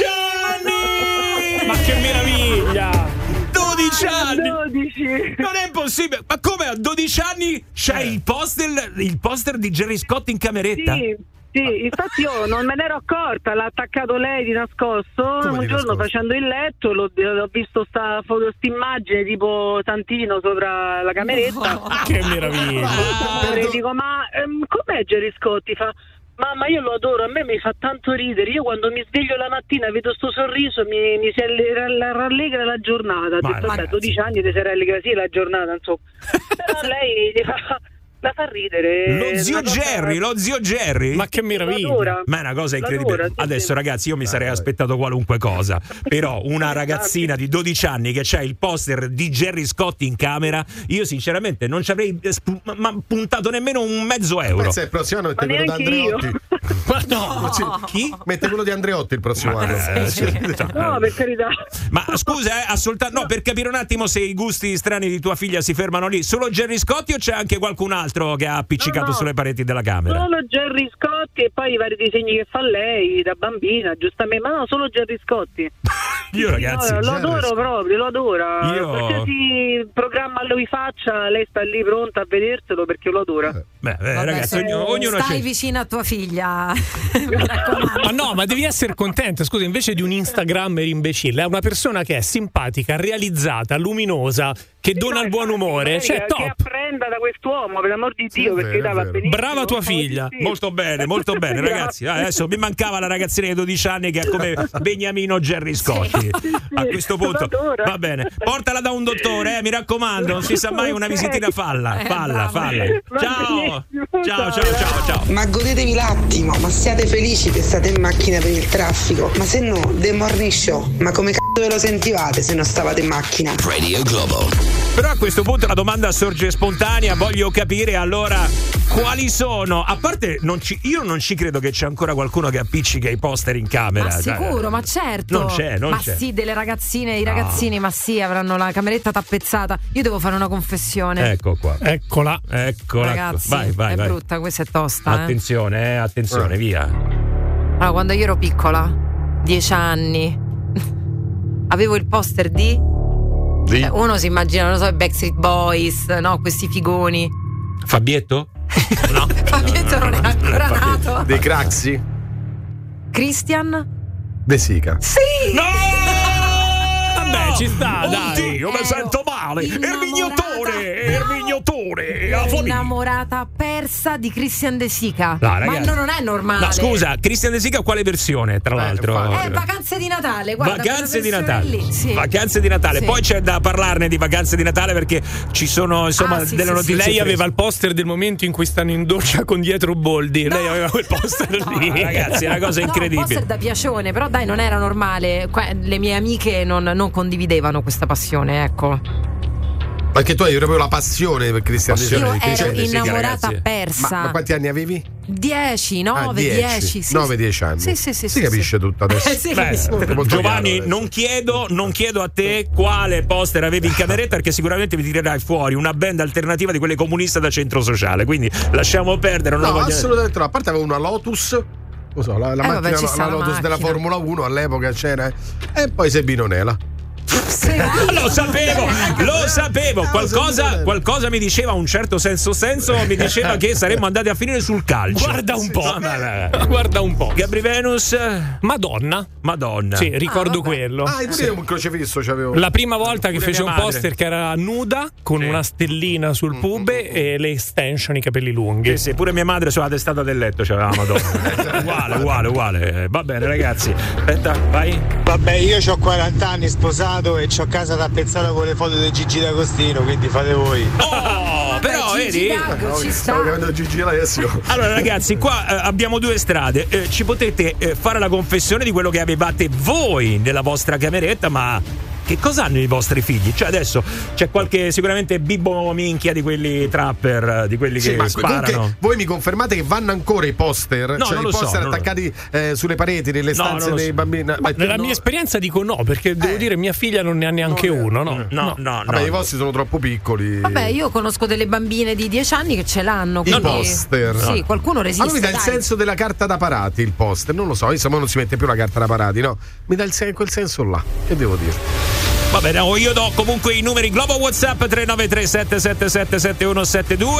anni! Ma che meraviglia! 12 anni! 12. Non è possibile! Ma come a 12 anni c'è il poster di Gerry Scotti in cameretta? Sì, infatti io non me ne ero accorta, l'ha attaccato lei di nascosto. Come un di giorno nascosto? facendo il letto l'ho visto sta immagine tipo Santino sopra la cameretta. Che meraviglia! E dico, ma com'è Gerry Scotti? Fa: mamma, io lo adoro, a me mi fa tanto ridere. Io quando mi sveglio la mattina vedo sto sorriso, mi si rallegra la giornata. Ho detto, vabbè, 12 anni ti si rallegra sì la giornata, insomma. Però lei la fa ridere. Lo zio Gerry. Ma che meraviglia! Ma è una cosa incredibile. Adesso, ragazzi, io mi sarei aspettato qualunque cosa. Però una ragazzina di 12 anni che c'ha il poster di Gerry Scotti in camera, io sinceramente non ci avrei puntato nemmeno un mezzo euro. Pensa il prossimo anno e te vedo da neanche io. Andreotti. Ma no, chi? Mette quello di Andreotti il prossimo anno. No, per carità. Ma scusa, no, per capire un attimo se i gusti strani di tua figlia si fermano lì, solo Gerry Scotti o c'è anche qualcun altro che ha appiccicato sulle pareti della camera? Solo Gerry Scotti e poi i vari disegni che fa lei da bambina, giustamente. Ma no, solo Gerry Scotti. Io ragazzi, lo adoro proprio, lo adora. Io... Qualsiasi programma lui faccia, lei sta lì pronta a vederselo perché lo adora. Ragazzi, ognuno stai vicino a tua figlia. Ma no, ma devi essere contenta. Scusa, invece di un Instagrammer imbecille, è una persona che è simpatica, realizzata, luminosa, che dona il buon umore. Cioè, top. Che apprenda da quest'uomo, per l'amor di Dio, perché va benissimo. Brava tua figlia. Molto bene, ragazzi. Adesso mi mancava la ragazzina di 12 anni che è come Beniamino Gerry Scotti. A questo punto va bene. Portala da un dottore, mi raccomando, non si sa mai, una visitina falla. Ciao. Ma godetevi l'attimo, ma siate felici che state in macchina per il traffico. Ma se no, The Morning Show, ma come ve lo sentivate se non stavate in macchina? Radio Globo. Però a questo punto la domanda sorge spontanea, voglio capire allora quali sono, a parte io non ci credo che c'è ancora qualcuno che appiccica i poster in camera. Ma sicuro, ma certo. Non c'è. Sì, delle ragazzine, i ragazzini, ma sì, avranno la cameretta tappezzata. Io devo fare una confessione. Ecco qua. Eccola. Ragazzi, vai. È brutta, questa è tosta. Attenzione, via. Allora, quando io ero piccola, 10 anni, avevo il poster di uno si immagina, non so, i Backstreet Boys, no? Questi figoni. Fabietto? No. Fabietto non è ancora nato. Dei Craxi? Christian? De Sica. Sì! No! Vabbè, ci sta, dai. Io mi sento male. Ermignotore. Innamorata persa di Christian De Sica. No, ma non è normale. No, scusa, Christian De Sica quale versione, tra l'altro? Vacanze di Natale, guarda. Vacanze di Natale. Lì, sì. Vacanze di Natale. Sì. Poi c'è da parlarne di Vacanze di Natale perché ci sono, insomma, delle notizie. Lei aveva il poster del momento in cui stanno in doccia con dietro Boldi. No. Lei aveva quel poster lì. Ragazzi, è una cosa incredibile. Un poster da piacione, però dai, non era normale. Le mie amiche non condividevano questa passione, ecco. Perché tu hai proprio la passione per Christian De Sica. Io ero innamorata persa. Ma quanti anni avevi? 10, 9, 10. Sì, 9-10 anni. Sì. Si capisce tutto adesso. Giovanni, non chiedo a te quale poster avevi in cameretta, perché sicuramente mi tirerai fuori una band alternativa di quelle comuniste da centro sociale. Quindi lasciamo perdere. No, assolutamente no. A parte avevo una Lotus. Non so, la macchina, la Lotus della Formula 1 all'epoca c'era. E poi Sebino Nela. Lo sapevo. Qualcosa mi diceva, un certo senso mi diceva che saremmo andati a finire sul calcio. Guarda un po'. Gabri Venus, Madonna. Sì, ricordo quello. Io un crocifisso c'avevo. La prima volta che fece un poster che era nuda con una stellina sul pube e le extension, i capelli lunghi. Sì, pure mia madre sulla testata del letto c'aveva Madonna. uguale. Va bene, ragazzi. Aspetta, vai. Vabbè, io ho 40 anni, sposato, e c'ho casa tappezzata con le foto di Gigi D'Agostino, quindi fate voi. Però vedi? Gigi D'Alessio. Allora ragazzi, qua abbiamo due strade. Ci potete fare la confessione di quello che avevate voi nella vostra cameretta, ma che cosa hanno i vostri figli? Cioè adesso c'è qualche sicuramente bibbo minchia di quelli trapper, di quelli che sparano. Voi mi confermate che vanno ancora i poster? No, cioè i poster attaccati sulle pareti nelle stanze dei bambini? Ma nella mia esperienza dico no, perché devo dire mia figlia non ne ha neanche uno. No. Vabbè, i vostri sono troppo piccoli. Vabbè, io conosco delle bambine di 10 anni che ce l'hanno. I poster. Sì, qualcuno resiste. Ma lui dà il senso della carta da parati, il poster. Non lo so, insomma non si mette più la carta da parati, no? Mi dà quel senso là. Che devo dire? Va bene, io do comunque i numeri Globo WhatsApp 393-777-7172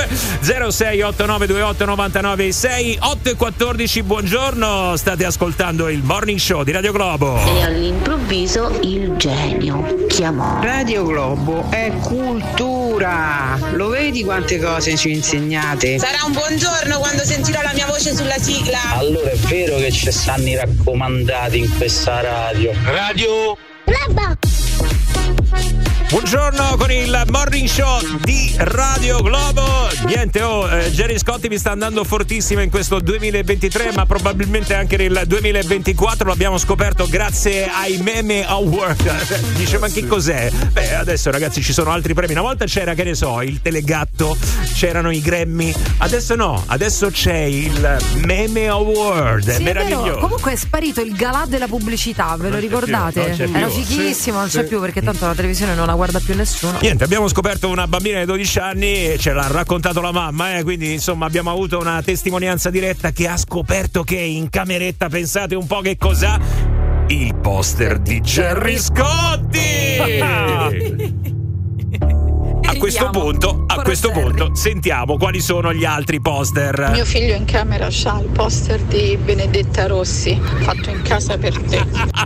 0689289996 8:14. Buongiorno, state ascoltando il Morning Show di Radio Globo. E all'improvviso il genio chiamò. Radio Globo è cultura. Lo vedi quante cose ci insegnate? Sarà un buongiorno quando sentirò la mia voce sulla sigla. Allora è vero che ci stanno i raccomandati in questa radio. Radio Globo. Buongiorno con il Morning Show di Radio Globo. Niente, Gerry Scotti mi sta andando fortissimo in questo 2023, ma probabilmente anche nel 2024. L'abbiamo scoperto grazie ai Meme Award. Dice, ma che cos'è? Beh, adesso ragazzi ci sono altri premi. Una volta c'era, che ne so, il Telegatto, c'erano i Grammy. Adesso no, adesso c'è il Meme Award. È meraviglioso. Comunque è sparito il galà della pubblicità, ve lo ricordate? Era fighissimo, non c'è più perché tanto la televisione non la guarda più nessuno. Niente, abbiamo scoperto una bambina di 12 anni e ce l'ha raccontato la mamma, quindi insomma abbiamo avuto una testimonianza diretta che ha scoperto che in cameretta, pensate un po' che cos'ha? Il poster di Gerry Scotti! A questo punto sentiamo quali sono gli altri poster. Mio figlio in camera c'ha il poster di Benedetta Rossi, fatto in casa per te.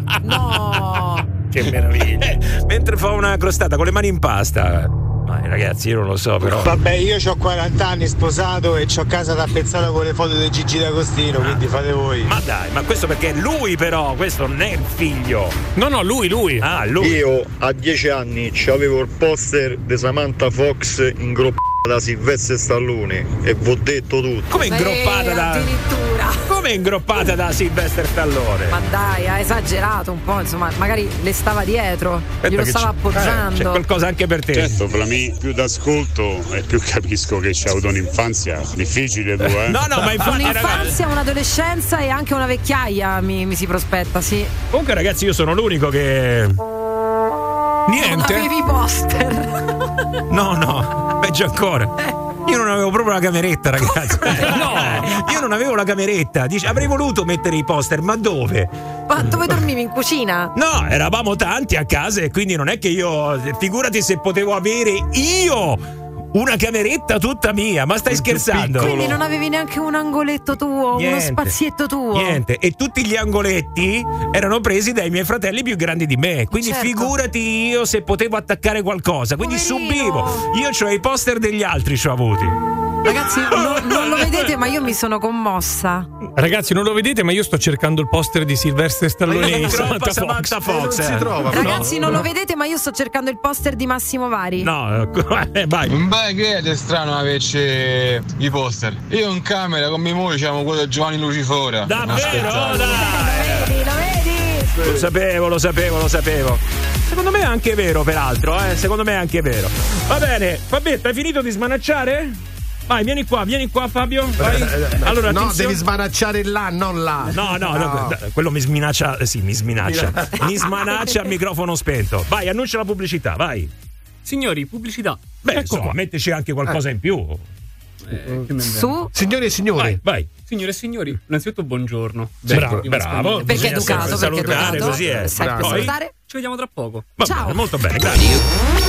No! Che meraviglia! Mentre fa una crostata con le mani in pasta. Ma ragazzi, io non lo so, però. Vabbè, io ho 40 anni, sposato e c'ho casa tappezzata con le foto di Gigi D'Agostino, quindi fate voi. Ma dai, ma questo perché lui, però, questo non è il figlio. No, lui. Ah, lui. Io a 10 anni c'avevo il poster di Samantha Fox ingroppata da Sylvester Stallone e v'ho detto tutto. Come ingroppata addirittura. Come ingroppata da Sylvester Stallone? Ma dai, ha esagerato un po', insomma, magari le stava dietro, glielo stava appoggiando. C'è qualcosa anche per te. Certo, Flamì, più d'ascolto e più capisco che c'hai avuto un'infanzia difficile tu, No, ma infatti, un'infanzia, un'adolescenza e anche una vecchiaia mi si prospetta, sì. Comunque ragazzi, io sono l'unico che niente. Non avevi poster. No, peggio ancora. Io non avevo proprio la cameretta, ragazzi. Io non avevo la cameretta. Avrei voluto mettere i poster, ma dove? Ma dove dormivi? In cucina? No, eravamo tanti a casa e quindi non è che io. Figurati se potevo avere io una cameretta tutta mia, ma stai scherzando? Quindi non avevi neanche un angoletto tuo, uno spazietto tuo? Niente, e tutti gli angoletti erano presi dai miei fratelli più grandi di me, quindi figurati io se potevo attaccare qualcosa, quindi subivo. Io c'ho i poster degli altri, c'ho avuti. Ragazzi, non lo vedete, ma io mi sono commossa. Ragazzi, non lo vedete, ma io sto cercando il poster di Sylvester Stallone e Samantha Fox. Non si trova. Ragazzi, non lo vedete, ma io sto cercando il poster di Massimo Vari. No, vai. Beh, che è strano averci i poster. Io in camera con mia moglie c'avevo quello di Giovanni Lucifora. Davvero? Lo vedi? Lo sapevo. Secondo me è anche vero, peraltro, secondo me è anche vero. Va bene, Fabio, hai finito di smanacciare? Vai, vieni qua, Fabio. Vai. Allora, no, devi smanacciare là, non là. No. Quello mi sminaccia. Mi smanaccia al microfono spento. Vai, annuncia la pubblicità, vai. Signori, pubblicità. Beh, insomma, metteci anche qualcosa in più. Su? Signori e signori. Vai. Signore e signori, innanzitutto buongiorno. Bravo. Perché è educato, salutare, così è. Sai per salutare? Ci vediamo tra poco. Ciao. Molto bene, grazie.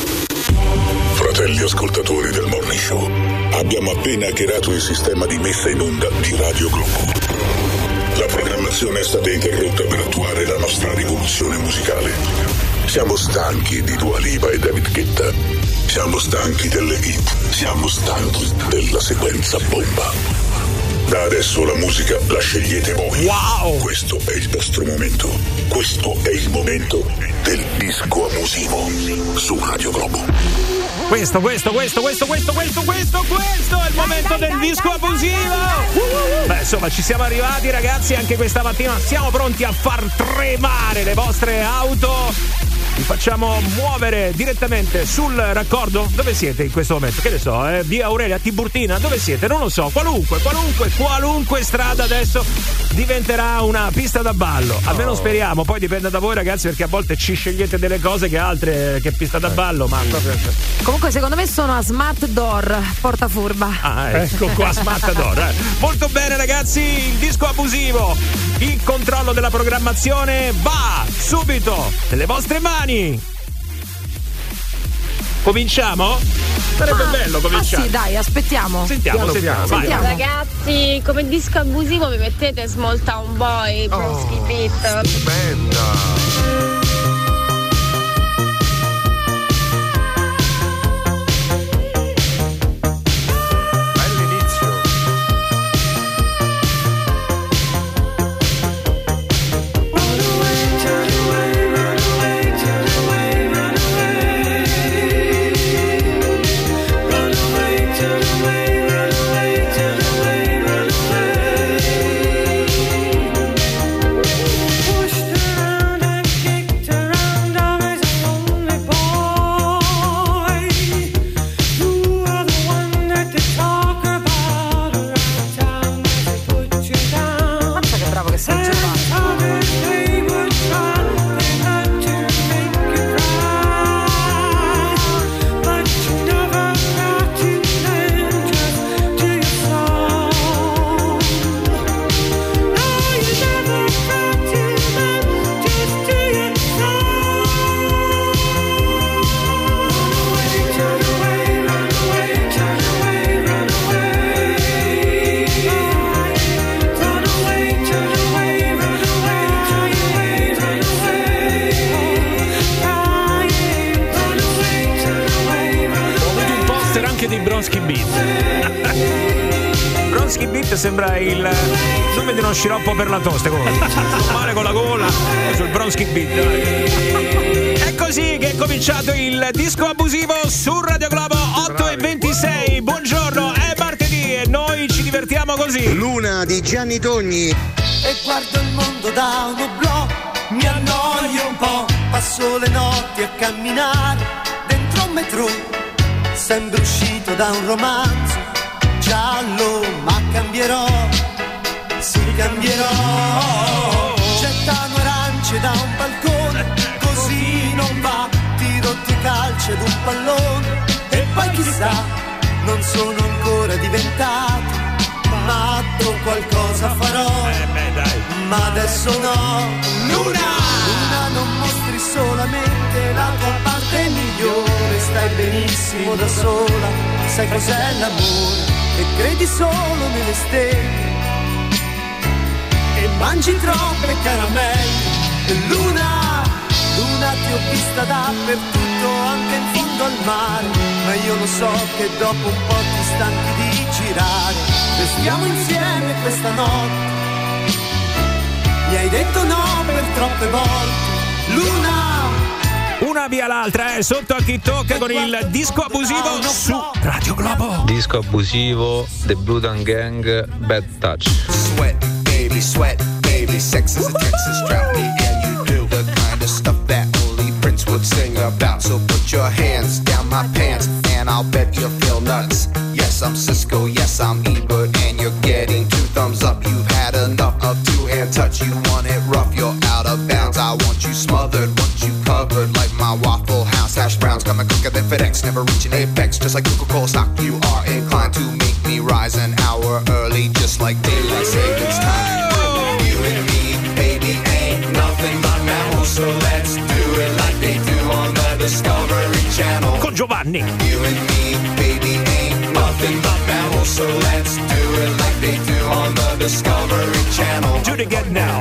Fratelli ascoltatori del Morning Show, abbiamo appena hackerato il sistema di messa in onda di Radio Globo. La programmazione è stata interrotta per attuare la nostra rivoluzione musicale. Siamo stanchi di Dua Lipa e David Guetta. Siamo stanchi delle hit. Siamo stanchi della sequenza bomba. Da adesso la musica la scegliete voi. Wow! Questo è il vostro momento. Questo è il momento del disco abusivo su Radio Globo. Questo è il momento del disco abusivo. Beh, insomma, ci siamo arrivati, ragazzi, anche questa mattina siamo pronti a far tremare le vostre auto. Vi facciamo muovere direttamente sul raccordo. Dove siete in questo momento? Che ne so, via Aurelia Tiburtina? Dove siete? Non lo so. Qualunque strada adesso diventerà una pista da ballo. Almeno speriamo. Poi dipende da voi, ragazzi, perché a volte ci scegliete delle cose che altre che pista da ballo. Ma proprio. Comunque, secondo me sono a Smart Door, porta furba. Ecco qua, Smart Door. Molto bene, ragazzi. Il disco abusivo. Il controllo della programmazione va subito nelle vostre mani. Cominciamo? Sarebbe bello cominciare. Sì, dai, aspettiamo. Sentiamo. Vai. Ragazzi, come disco abusivo mi mettete Small Town Boy, Bronski Beat. Stupenda. Bronski Beat sembra il nome di uno sciroppo per la tosta. Male con la gola sul Bronski Beat. È così che è cominciato il disco abusivo su Radio Globo 8:26. Buongiorno, è martedì e noi ci divertiamo così. Luna di Gianni Togni. E guardo il mondo da uno oblò, mi annoio un po', passo le notti a camminare dentro un metro, sembro uscito da un romanzo giallo, ma cambierò, sì cambierò. Gettano arance da un balcone, così non va, tiro due calci ad un pallone e poi chissà, non sono ancora diventato matto, qualcosa farò, ma adesso no. Luna, non mostri solamente la tua parte migliore, stai benissimo da sola, sai cos'è l'amore e credi solo nelle stelle e mangi troppe caramelle. Luna, ti ho vista dappertutto, anche in fondo al mare, ma io lo so che dopo un po' ti stanchi di girare. Restiamo insieme questa notte, mi hai detto no per troppe volte. Luna, una via l'altra, sotto a chi tocca con il disco abusivo su Radio Globo. Disco abusivo, The Blue Dan Gang, Bad Touch. Sweat, baby, sex is a Texas drought me, and you do the kind of stuff that only Prince would sing about. So put your hands down my pants, and I'll bet you'll feel nuts. Yes, I'm Cisco, yes, I'm Ebert, and you're getting 2 thumbs up. You've had enough of 2-hand touch, you want it rough, you're out of bounds. I want you smothered, want you covered like my Waffle House hash browns. Coming quicker than FedEx, never reaching apex, just like Coca-Cola stock. You are inclined to make me rise an hour early, just like daylight savings time. You and me, baby, ain't nothing but mammals, so let's do it like they do on the Discovery Channel. Con Giovanni. You and me, baby, ain't nothing but mammals, so let's do it like they do on the Discovery Channel. Do it again now.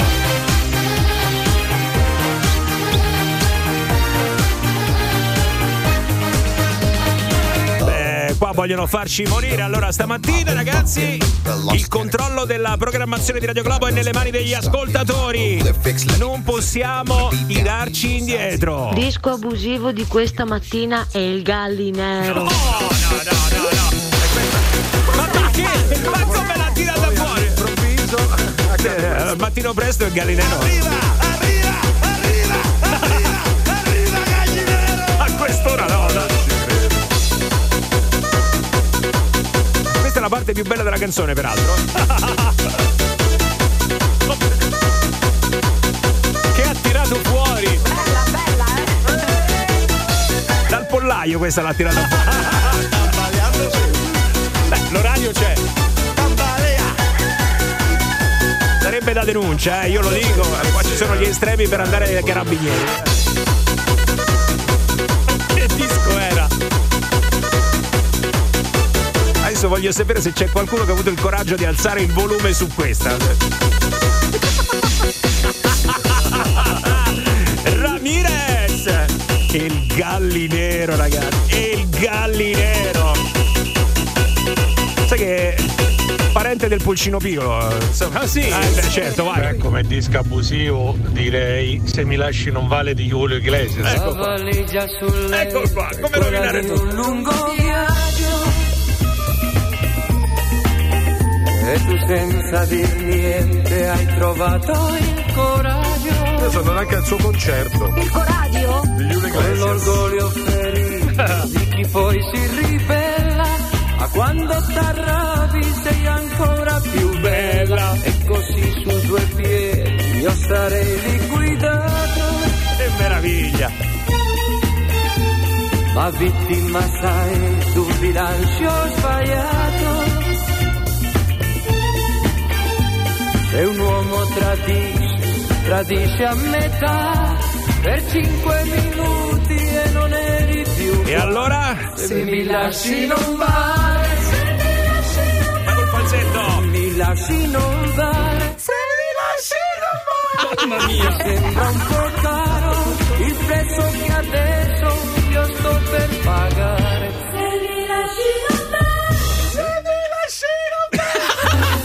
Qua vogliono farci morire. Allora stamattina, ragazzi, il controllo della programmazione di Radio Globo è nelle mani degli ascoltatori. Non possiamo tirarci indietro. Disco abusivo di questa mattina è il Gallinero. No. Ma perché? Ma come l'ha tirata fuori? Al mattino presto il Gallinero. Arriva Gallinero. A quest'ora no. Questa è la parte più bella della canzone, peraltro. Che ha tirato fuori. Bella, Dal pollaio questa l'ha tirata fuori. Beh, l'orario c'è. Sarebbe da denuncia, io lo dico. Qua ci sono gli estremi per andare ai carabinieri. Che disco era? Adesso voglio sapere se c'è qualcuno che ha avuto il coraggio di alzare il volume su questa. Ramirez! Il Gallinero, ragazzi. Il Gallinero. Sai che parente del Pulcino Piccolo. Ah sì, beh, certo, vai. Come disco abusivo direi Se mi lasci non vale di Julio Iglesias. Ecco qua, come rovinare tutto. Un lungo viaggio e tu senza dir niente hai trovato il coraggio. Io sono anche al suo concerto. Il coraggio? Di Julio Iglesias. Con l'orgoglio ferito di chi poi si ribella, ma quando t'arrabbi sei ancora più bella. E così su 2 piedi io sarei liquidato. Che meraviglia! Ma vittima sai d'un bilancio sbagliato. Se un uomo tradisce a metà per 5 minuti e non eri più. E allora? Se mi lasci non vale. Ma col falsetto. Mi lasci non vale. Se mi lasci non vale. Mamma mia, sembra un po' caro il prezzo che adesso io sto per pagare. Se mi lasci non vale. Se mi lasci non vale.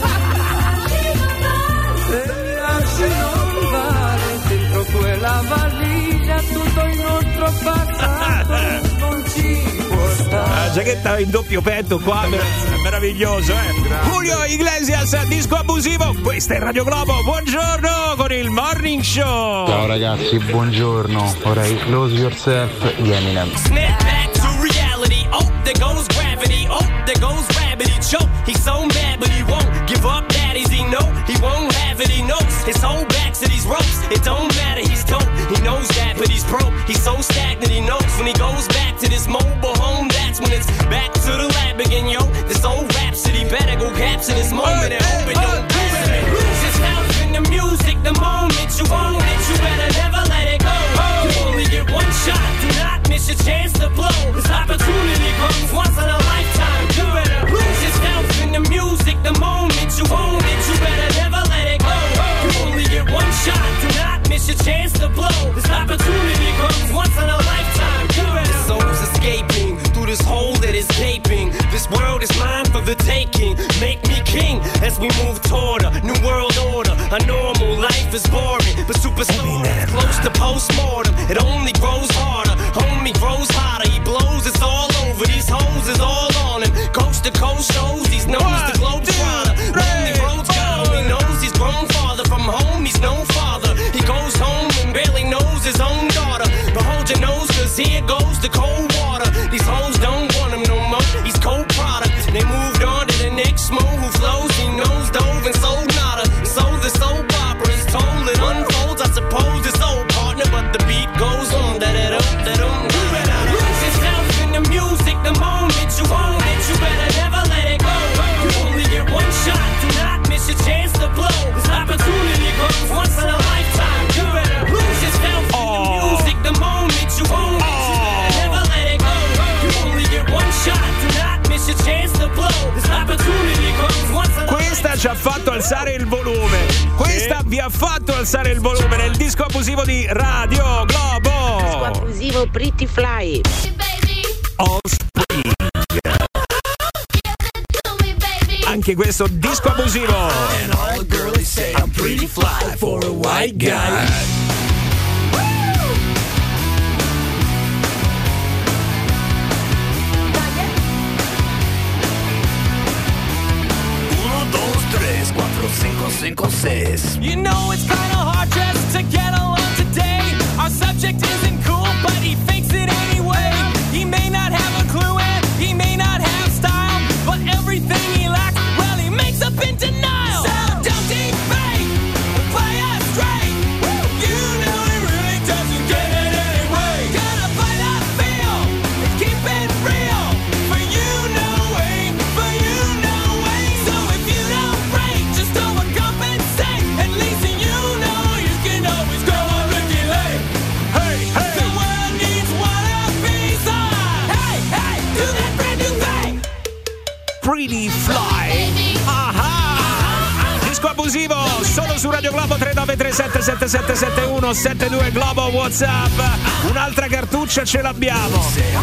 giacchetta in doppio petto qua, meraviglioso, Julio Iglesias, disco abusivo. Questa è Radio Globo. Buongiorno con il Morning Show. Ciao ragazzi, buongiorno. Ora Lose Yourself di Eminem. Snap back to reality. Oh, there goes gravity. Oh, there goes gravity. Choke. He's so mad, but he won't give up. Daddies, he know he won't have it. He knows his whole back to these ropes. It don't matter. He's dope. He knows that, but he's broke. He's so stagnant. He knows when he goes back to this mobile home. That's when it's back to the lab again, yo. This old rhapsody better go capture this moment and hope it don't do it. Lose yourself in the music. The moment you own it, you better never let it go. You only get one shot. Do not miss your chance to blow. This opportunity comes once in a lifetime. You better lose yourself in the music. The moment you own it, you better never let it go. You only get one shot. Do not miss your chance to blow. This opportunity comes once in a lifetime. You better. The soul's escaping through this hole that is gaping. This world is mine for the taking. Make me king as we move toward a new world order. A normal life is boring, but super close to postmortem. It only grows harder. Homie grows hotter. He blows. It's all over. These hoes is all on him. Coast to coast shows. He's known as the Globetrotter. Lonely roads got him. He knows he's grown farther from home. He's no father. He goes home and barely knows his own daughter. But hold your nose, cause here goes the cold water. These hoes don't want him no more. He's cold product. They moved on to the next mo who flows. He knows dove and sold nada. So the soap opera is told. It unfolds. I suppose it's old partner, but the beat goes on. You better lose yourself in the music. The moment you own it, you better never let it go. You only get one shot. Do not miss your chance to blow. This opportunity comes once in a lifetime. You better lose yourself in the music. The moment you own it, you better never let it go. You only get one shot. Do not miss your chance to blow. This opportunity comes once in a lifetime. Questa ci ha fatto alzare il volume. Questa vi ha fatto alzare il volume nel disco abusivo di Radio Globo. Disco abusivo Pretty Fly. Offspring. Anche questo disco abusivo. And all the girlies say I'm pretty fly for a white guy. You know it's kinda hard just to get along today. Our subject isn't cool, but he fakes it anyway. He may not have a clue and he may not have style, but everything he lacks, well, he makes up in denial. So don't defame, play us straight. You know he really doesn't get it anyway. Gotta fight that feel and keep it real. For you know way, for you know way. So if you don't break, just overcompensate. At least you know you can always go on Ricky Lake. Hey, hey. The world needs one piece of. Hey, hey, do that brand new thing. Pretty Fly. Disco abusivo solo su Radio Globo 3937 7771 72 Globo WhatsApp. Un'altra cartuccia ce l'abbiamo.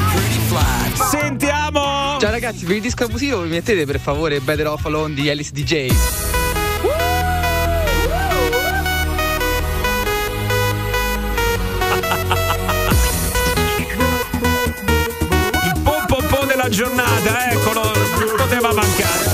Sentiamo. Ciao ragazzi, per il disco abusivo vi mettete per favore Better Off Alone di Alice DJ. Il po' della giornata, eccolo, poteva mancare.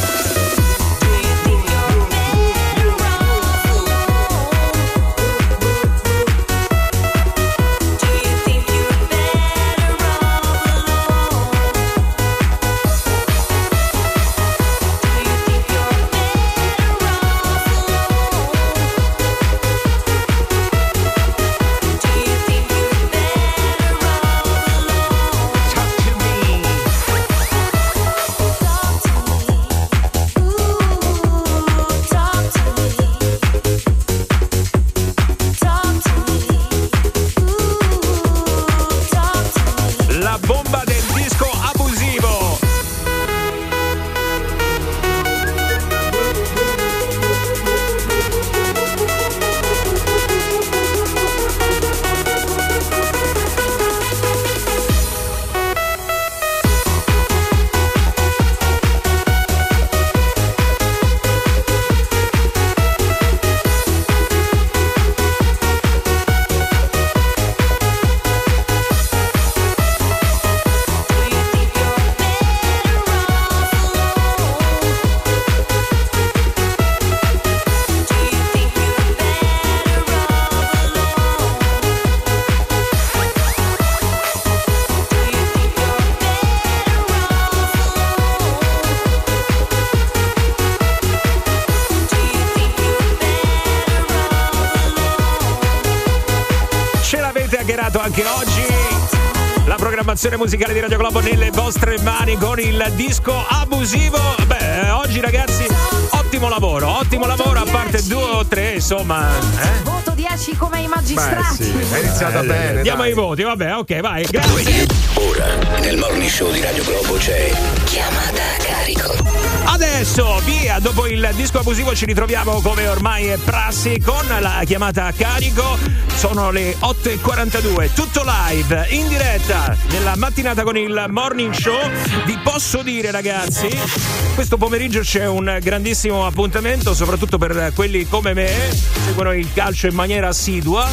Avete hackerato anche oggi la programmazione musicale di Radio Globo nelle vostre mani con il disco abusivo. Beh, oggi ragazzi, ottimo lavoro, a parte 2 o 3, insomma. Voto 10 come i magistrati. Beh, sì, è iniziata bene. Diamo dai. i voti, vabbè, ok, vai, grazie. Ora, nel Morning Show di Radio Globo c'è Chiamata a carico. Adesso, via, dopo il disco abusivo ci ritroviamo come ormai è prassi con la chiamata a carico. Sono le 8:42, tutto live, in diretta, nella mattinata con il Morning Show. Vi posso dire ragazzi, questo pomeriggio c'è un grandissimo appuntamento, soprattutto per quelli come me, seguono il calcio in maniera assidua.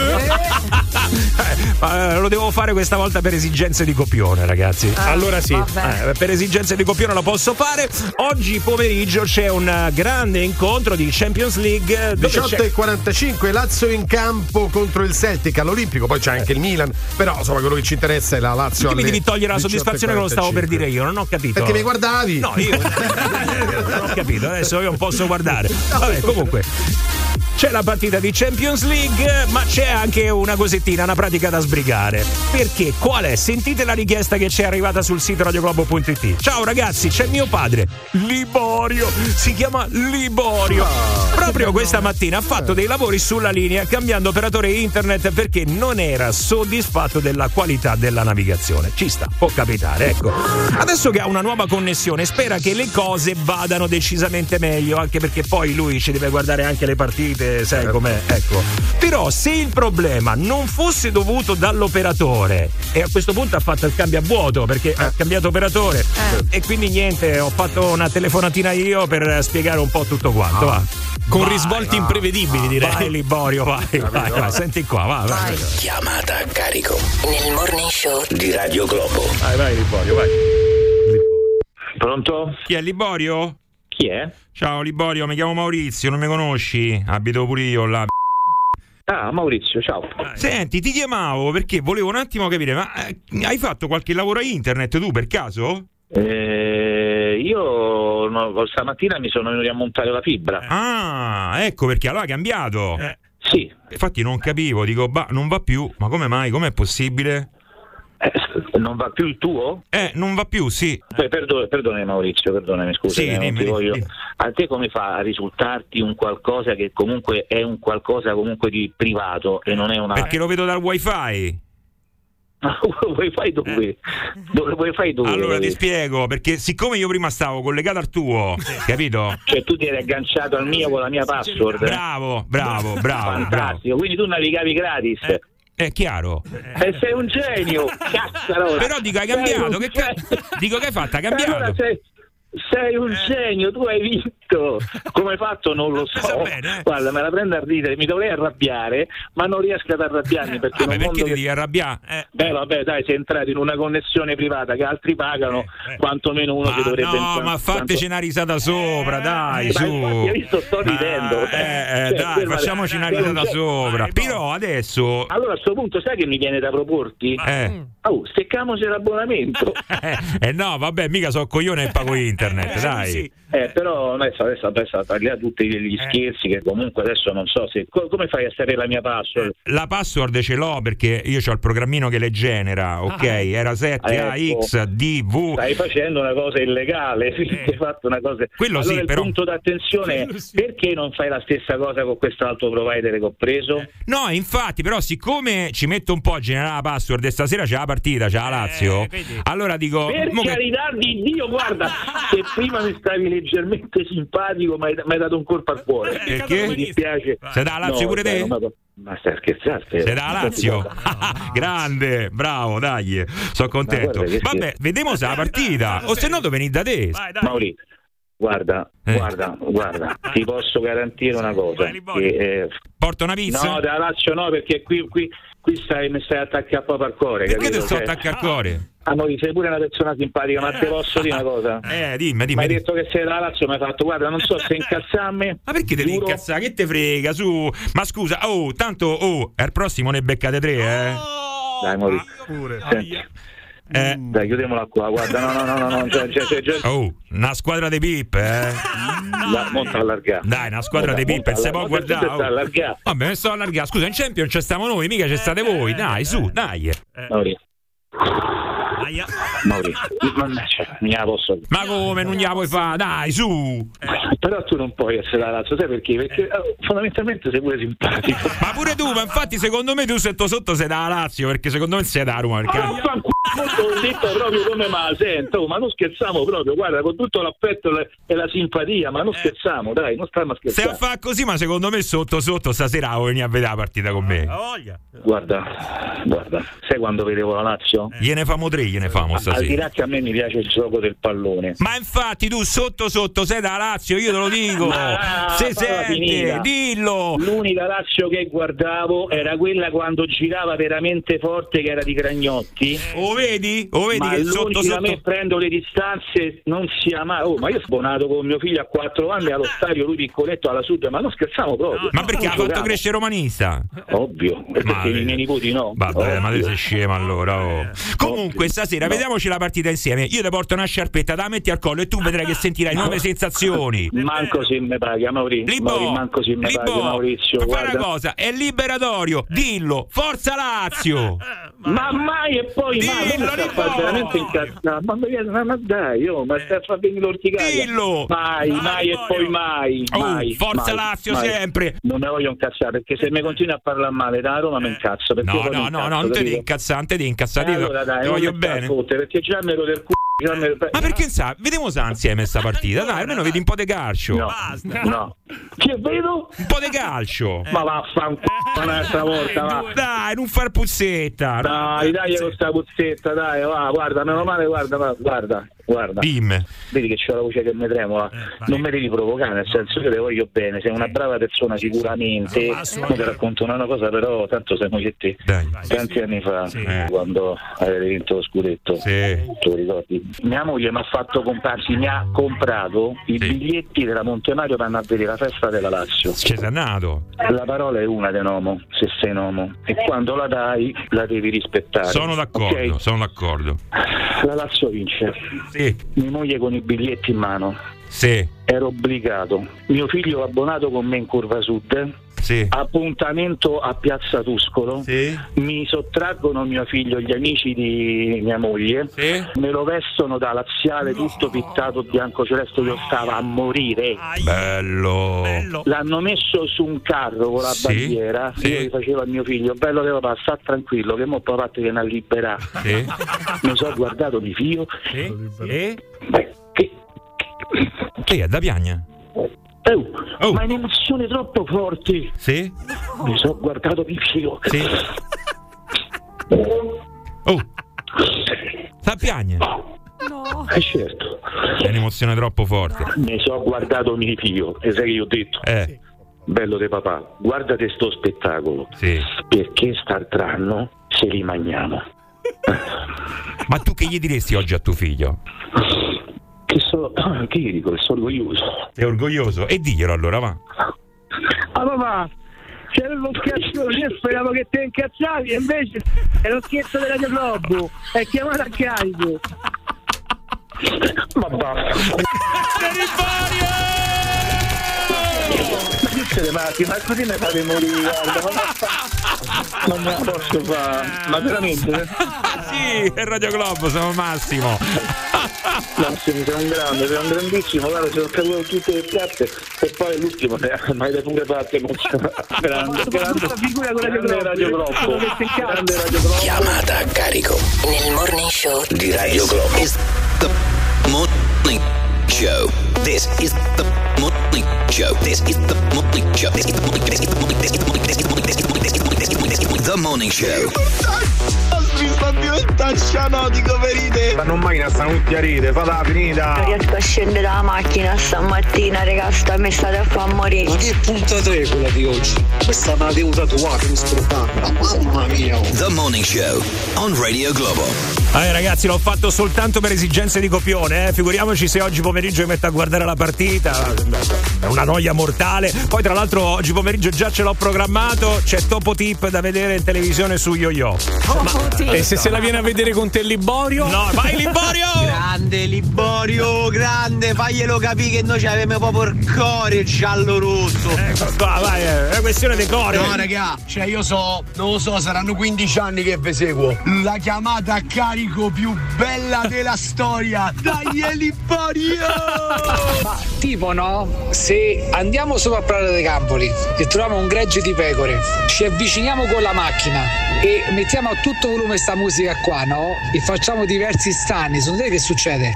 Lo devo fare questa volta per esigenze di copione, ragazzi. Allora sì, per esigenze di copione lo posso fare. Oggi pomeriggio c'è un grande incontro di Champions League. 18:45, Lazio in campo contro il Celtic all'Olimpico, poi c'è anche il Milan, però insomma quello che ci interessa è la Lazio. Perché mi devi togliere la soddisfazione che lo stavo per dire io? Non ho capito. Perché mi guardavi? No, io non ho capito, adesso io non posso guardare. Vabbè, comunque c'è la partita di Champions League, ma c'è anche una cosettina, una pratica da sbrigare. Perché? Qual è? Sentite la richiesta che ci è arrivata sul sito radioglobo.it. Ciao ragazzi, c'è mio padre, Liborio, si chiama Liborio. Proprio questa mattina ha fatto dei lavori sulla linea cambiando operatore internet perché non era soddisfatto della qualità della navigazione. Ci sta, può capitare, ecco. Adesso che ha una nuova connessione spera che le cose vadano decisamente meglio, anche perché poi lui ci deve guardare anche le partite, sai com'è, ecco. Però se il problema non fosse dovuto dall'operatore, e a questo punto ha fatto il cambio a vuoto perché ha cambiato operatore, e quindi niente, ho fatto una telefonatina io per spiegare un po' tutto quanto, va. Con risvolti imprevedibili, direi. Vai Liborio, vai, senti qua, vai. Chiamata a carico nel Morning Show di Radio Globo. Vai Liborio, vai. Pronto? Chi è Liborio? Chi è? Ciao Liborio, mi chiamo Maurizio, non mi conosci? Abito pure io là. Ah, Maurizio, ciao. Senti, ti chiamavo perché volevo un attimo capire, ma hai fatto qualche lavoro a internet tu per caso? Io stamattina mi sono venuto a montare la fibra. Ah, ecco perché allora ha cambiato. Sì. Infatti non capivo, dico, non va più, ma come mai? Com'è possibile? Non va più il tuo? Non va più, sì. Perdone Maurizio, perdonami, scusa. Sì, dimmi. A te come fa a risultarti un qualcosa che comunque è un qualcosa comunque di privato e non è una... Perché lo vedo dal wifi. Wifi dove? Wifi dove? Allora ti spiego, perché siccome io prima stavo collegato al tuo, capito? Cioè tu ti eri agganciato al mio con la mia password. Bravo. Fantastico, quindi tu navigavi gratis. È chiaro. E sei un genio, cazzarola. Però dico, hai cambiato. Dico che hai fatto? Hai cambiato. Allora sei un genio, tu hai vinto. Come hai fatto non lo so. Guarda, me la prendo a ridere, mi dovrei arrabbiare, ma non riesco ad arrabbiarmi perché perché ti devi arrabbiare? Vabbè, dai, sei entrato in una connessione privata che altri pagano, quantomeno uno si dovrebbe... No, ma fateci una risata sopra, dai, su. Hai visto, sto ridendo. Dai, facciamoci una risata sopra. Però adesso... Allora a sto punto sai che mi viene da proporti? Steccamoci l'abbonamento. No, vabbè, mica so coglione e pago internet, dai. Però adesso tagliare tutti gli scherzi, che comunque adesso non so se... Come fai a sapere la mia password? La password ce l'ho perché io ho il programmino che le genera, ok? Era 7AXDV. Stai facendo una cosa illegale, hai fatto una cosa... Quello allora sì, il però... punto d'attenzione è perché non fai la stessa cosa con quest'altro provider che ho preso? No, infatti, però siccome ci metto un po' a generare la password e stasera c'è la partita, c'è la Lazio, allora dico... Per carità di Dio, guarda, se prima mi stavi leggermente simpatico mi hai dato un colpo al cuore. Perché? Mi dispiace. Sei da Lazio pure te? Ma stai scherzando? Sei da Lazio? Grande, bravo, dai, sono contento. Vabbè, vediamo se la partita, o se no dove venite da te. Vai, Maurizio, guarda, ti posso garantire una cosa. Porta una pizza? No, da Lazio no, perché qui mi stai attaccando proprio al cuore. Perché ti sto attaccando al cuore? Amore, sei pure una persona simpatica, ma te posso dire una cosa? Dimmi. Mi hai detto che sei da Lazio, mi hai fatto, guarda, non so se incazzarmi. Ma perché devi incazzare? Che te frega, su? Ma scusa, tanto, al prossimo ne beccate 3, Dai, Maurizio. Dai, chiudiamola qua, guarda, no. Oh, una squadra di pippe, Monta allargare. Dai, una squadra di pippe, se può guardare. Vabbè, mi sto allargando. Scusa, in Champions ci stiamo noi, mica ci state voi. Dai, su, dai. Mauri, mi la posso. Ma come non gliela puoi fare? Dai, su. Però tu non puoi essere la Lazio, sai perché? Perché fondamentalmente sei pure simpatico. Ma pure tu, ma infatti secondo me tu sotto sei da Lazio, perché secondo me sei da Roma. Perché... L'ho detto proprio come me la sento, ma non scherziamo proprio, guarda, con tutto l'affetto e la simpatia, ma non scherziamo, dai, non stiamo a scherzare. Se a fa così, ma secondo me sotto stasera vieni a vedere la partita con me. Guarda, sai quando vedevo la Lazio? Gliene famo 3, stasera. Al di là che a me mi piace il gioco del pallone. Ma infatti tu sotto sei da Lazio, io te lo dico. Se sente, dillo. L'unica Lazio che guardavo era quella quando girava veramente forte, che era di Cragnotti. O vedi ma che sotto a me prendo le distanze, non sia mai. Ma io ho sbonato con mio figlio a 4 anni allo stadio, lui piccoletto alla Sud, ma non scherziamo proprio. Ma perché ha fatto crescere romanista? Ovvio, perché i miei nipoti no. Vabbè, ma te sei scema allora. Comunque stasera vediamoci la partita insieme. Io ti porto una sciarpetta, la metti al collo e tu vedrai che sentirai nuove sensazioni. Manco se me paga, Maurizio. Manco se me paga, Maurizio. Fai una cosa, è liberatorio. Dillo, forza Lazio. Ma mai e poi dillo, mai sta veramente incazzato. Ma dai, ma stai a far venire l'orticaria. Dillo. Mai e poi mai. Forza Lazio sempre. Non me voglio incazzare, perché se mi continui a parlare male da Roma mi incazzo. No, non ti devi incazzare, allora dai, ti voglio bene. Perché già me lo del ma perché sa? Vediamo sa insieme sta partita, dai, almeno vedi un po' di calcio. No. Che vedo? Un po' di calcio. Ma vaffanculo un'altra volta, va. Dai, non far puzzetta. Dai, questa puzzetta, dai, va, guarda, meno male, guarda. Dimmi. Vedi che c'ho la voce che mi tremola. Non mi devi provocare, nel senso che te voglio bene, sei una brava persona sicuramente. Io ti racconto una cosa, però tanto siamo che te. Tanti anni fa, quando avete vinto lo scudetto, te lo ricordi? Mia moglie mi ha fatto comprarsi, mi ha comprato i biglietti della Montemario per andare a vedere la festa della Lazio. Ci sei nato. La parola è una de nomo, se sei nomo, e quando la dai la devi rispettare. Sono d'accordo. La Lazio vince. Mia moglie con i biglietti in mano. Ero obbligato. Mio figlio abbonato con me in Curva Sud. Appuntamento a Piazza Tuscolo. Mi sottraggono mio figlio, gli amici di mia moglie. Me lo vestono da laziale tutto pittato bianco celeste. Io stavo a morire. Bello. L'hanno messo su un carro con la bandiera. Io gli facevo a mio figlio: bello che papà, sta tranquillo che mo papà ti viene a liberare. Mi sono guardato di fio. Che è da piagna? Ma è un'emozione troppo forte. Mi sono guardato di fio. Sta piagna? No. Certo. È un'emozione troppo forte. Mi sono guardato di fio e sai che io ho detto? Bello de papà, guardate sto spettacolo. Perché st'altro anno se li mangiamo. Ma tu che gli diresti oggi a tuo figlio? Che gli dico? Sono orgoglioso. Sei orgoglioso? E diglielo allora, va. Papà, c'era lo scherzo, io speravo che te incazzavi e invece è lo scherzo della Radio Globo, è chiamato a carico. Ma basta. Ma che siete matti? Ma così mi fate morire, guarda. Non me la posso fare. Ma veramente? Sì, è Radio Globo, siamo Massimo. Massimo, sei un grandissimo, guarda, ci ho caduto tutte le carte e poi l'ultimo mi avete pure fatto emozionare. Grande Radio Globo. Chiamata a carico nel morning show di Radio Globo. Is the morning show. This is the morning show. This is the morning show. This is the morning show. This is the morning show. This is the morning show. The morning show. Mi sta diventando scianotico per idee. Stanno in macchina, stanno tutti a ride, falla finita. Non riesco a scendere dalla macchina stamattina, raga, mi state a far morire. Ma che puntata è quella di oggi? Questa me la devo tatuare, mi scordata. Mamma mia. The Morning Show on Radio Globo. Ragazzi, l'ho fatto soltanto per esigenze di copione, figuriamoci se oggi pomeriggio mi metto a guardare la partita. È un una noia mortale. Poi tra l'altro oggi pomeriggio già ce l'ho programmato, c'è Topo Tip da vedere in televisione su Yo-Yo. E se la viene a vedere con te Liborio? No, vai Liborio! Grande Liborio, grande, faglielo capire che noi avevamo proprio il core giallo rosso. Ecco qua, vai, è una questione di core. No raga, cioè io non lo so, saranno 15 anni che vi seguo. La chiamata a carico più bella della storia. Dai Liborio! Ma tipo no, se andiamo sopra a Prato dei Campoli e troviamo un gregge di pecore, ci avviciniamo con la macchina e mettiamo a tutto volume sta musica qua, no? E facciamo diversi stani, secondo te che succede?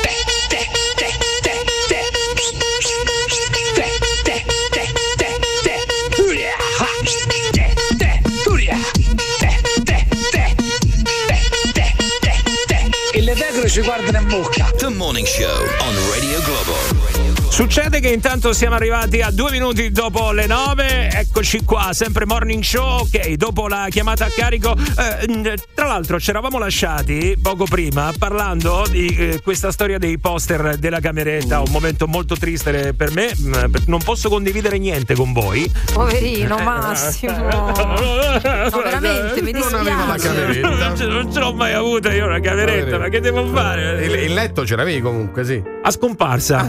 E le pecore ci guardano in bocca. The Morning Show on Radio Globo. Succede che intanto siamo arrivati a 2 minuti dopo le 9, eccoci qua, sempre Morning Show, ok, dopo la chiamata a carico. Tra l'altro ci eravamo lasciati poco prima parlando di questa storia dei poster della cameretta, un momento molto triste per me, non posso condividere niente con voi. Poverino Massimo, no, veramente mi dispiace. Non aveva la cameretta. Non ce l'ho mai avuta io una cameretta, ma che devo fare? Il letto ce l'avevi comunque, sì. A scomparsa.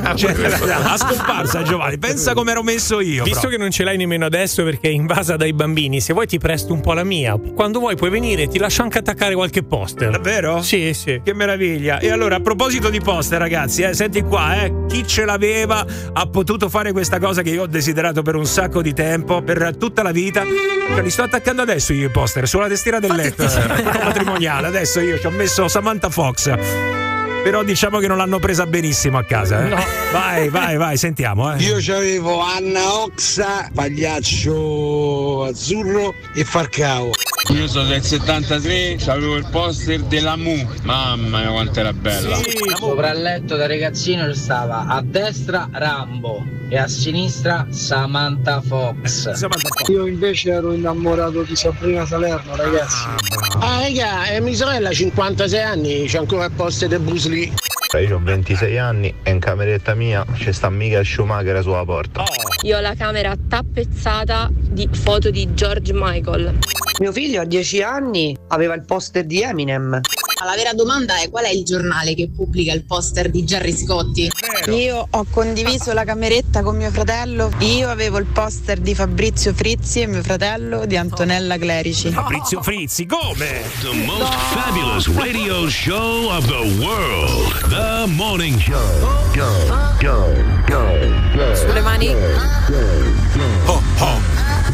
A scomparsa Giovanni, pensa come ero messo io. Visto che non ce l'hai nemmeno adesso perché è invasa dai bambini, se vuoi ti presto un po' la mia. Quando vuoi puoi venire, ti lascio anche attaccare qualche poster. Davvero? Sì, sì. Che meraviglia. E allora a proposito di poster ragazzi, senti qua, chi ce l'aveva ha potuto fare questa cosa che io ho desiderato per un sacco di tempo, per tutta la vita. Cioè, li sto attaccando adesso io i poster sulla tastiera del letto, matrimoniale. Adesso io ci ho messo Samantha Fox. Però diciamo che non l'hanno presa benissimo a casa. No. Vai, sentiamo. Io c'avevo Anna Oxa, Pagliaccio Azzurro e Falcao. Io sono del 73, c'avevo il poster della Mu. Mamma mia quanto era bella. Sì. Sopra il letto da ragazzino stava a destra Rambo e a sinistra Samantha Fox. Io invece ero innamorato di Sabrina Salerno, ragazzi. Raga, mia sorella ha 56 anni, c'è ancora il poster di Bruce Lee. Io ho 26 anni e in cameretta mia c'è sta Michael Schumacher sulla porta. Io ho la camera tappezzata di foto di George Michael. Mio figlio a 10 anni aveva il poster di Eminem. La vera domanda è: qual è il giornale che pubblica il poster di Gerry Scotti? Io ho condiviso la cameretta con mio fratello. Io avevo il poster di Fabrizio Frizzi e mio fratello di Antonella Clerici. Fabrizio Frizzi, come? The most fabulous radio show of the world. The Morning Show. Go. Sulle mani. Oh, oh.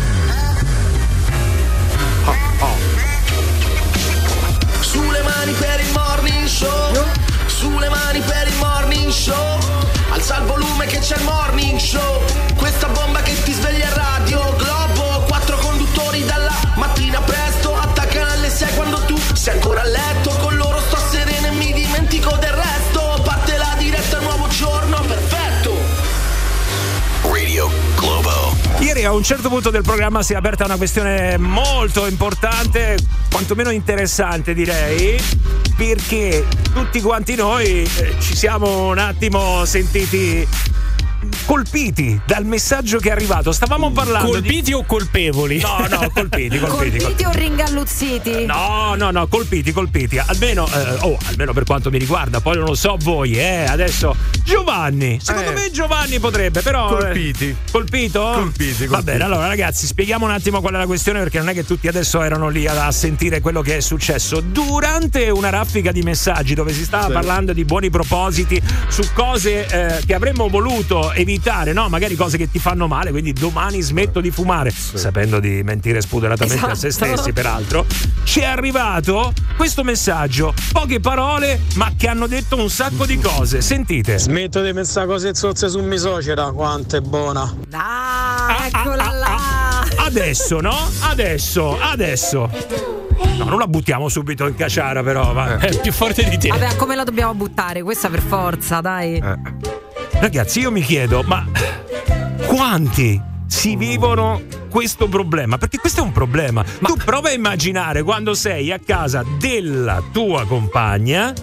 Sulle mani per il morning show. Sulle mani per il morning show. Alza il volume che c'è il morning show. Questa bomba che ti sveglia a Radio Globo. 4 conduttori dalla mattina presto. Attaccano alle 6 quando tu sei ancora a letto. Con loro sto sereno e mi dimentico del resto. Parte la diretta, nuovo giorno perfetto. Radio Globo. Ieri a un certo punto del programma si è aperta una questione molto importante, quantomeno interessante direi, perché tutti quanti noi ci siamo un attimo sentiti colpiti dal messaggio che è arrivato. Stavamo parlando colpiti o colpevoli? No, colpiti. Colpiti o ringalluzziti? No, colpiti. Almeno per quanto mi riguarda, poi non lo so voi, adesso Giovanni, secondo me Giovanni potrebbe, però colpiti. Colpito? Colpiti. Va bene, allora ragazzi, spieghiamo un attimo qual è la questione, perché non è che tutti adesso erano lì a sentire quello che è successo durante una raffica di messaggi dove si stava parlando di buoni propositi su cose che avremmo voluto evitare, no? Magari cose che ti fanno male, quindi domani smetto di fumare, sapendo di mentire spudoratamente a se stessi, peraltro. Ci è arrivato questo messaggio, poche parole, ma che hanno detto un sacco di cose. Sentite. Smetto di pensare cose zozze su mia suocera, quanto è buona. Eccola là. Adesso, no? Adesso. No, non la buttiamo subito in caciara, però va. È più forte di te. Vabbè, come la dobbiamo buttare? Questa per forza, dai. Ragazzi, io mi chiedo, ma quanti si vivono questo problema? Perché questo è un problema. Tu prova a immaginare quando sei a casa della tua compagna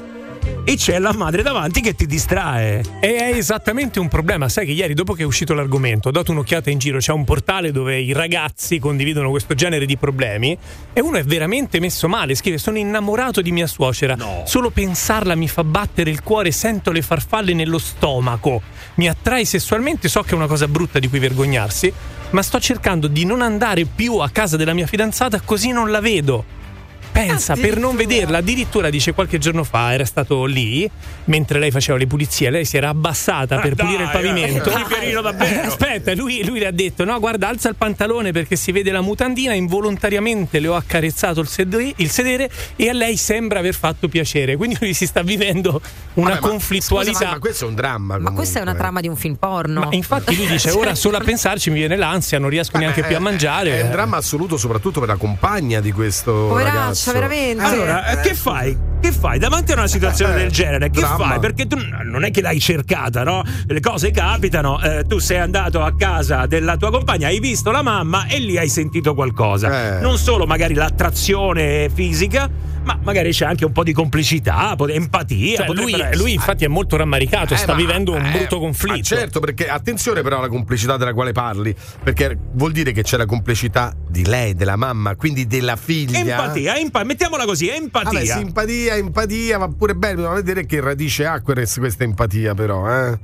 e c'è la madre davanti che ti distrae. E è esattamente un problema. Sai che ieri, dopo che è uscito l'argomento, ho dato un'occhiata in giro. C'è un portale dove i ragazzi condividono questo genere di problemi e uno è veramente messo male. Scrive: sono innamorato di mia suocera, solo pensarla mi fa battere il cuore, sento le farfalle nello stomaco, mi attrae sessualmente, so che è una cosa brutta di cui vergognarsi, ma sto cercando di non andare più a casa della mia fidanzata così non la vedo. Pensa, per non vederla. Addirittura dice, qualche giorno fa era stato lì mentre lei faceva le pulizie, lei si era abbassata per pulire il pavimento. Aspetta, lui le ha detto: no, guarda, alza il pantalone perché si vede la mutandina. Involontariamente le ho accarezzato il sedere e a lei sembra aver fatto piacere. Quindi lui si sta vivendo una conflittualità. Ma questo è un dramma. Ma questa è una trama di un film porno. Ma infatti lui dice: ora solo a pensarci mi viene l'ansia, non riesco neanche più a mangiare. È un dramma assoluto, soprattutto per la compagna di questo ragazzo. Veramente. Allora, che fai? Che fai davanti a una situazione del genere? Che fai? Perché tu non è che l'hai cercata, no? Le cose capitano. Tu sei andato a casa della tua compagna, hai visto la mamma e lì hai sentito qualcosa. Non solo magari l'attrazione fisica, ma magari c'è anche un po' di complicità, empatia. Cioè, lui infatti è molto rammaricato, sta vivendo un brutto conflitto. Certo, perché attenzione però alla complicità della quale parli, perché vuol dire che c'è la complicità di lei, della mamma, quindi della figlia. Empatia, mettiamola così, empatia. Empatia, va pure bene, dobbiamo vedere che radice ha questa empatia però,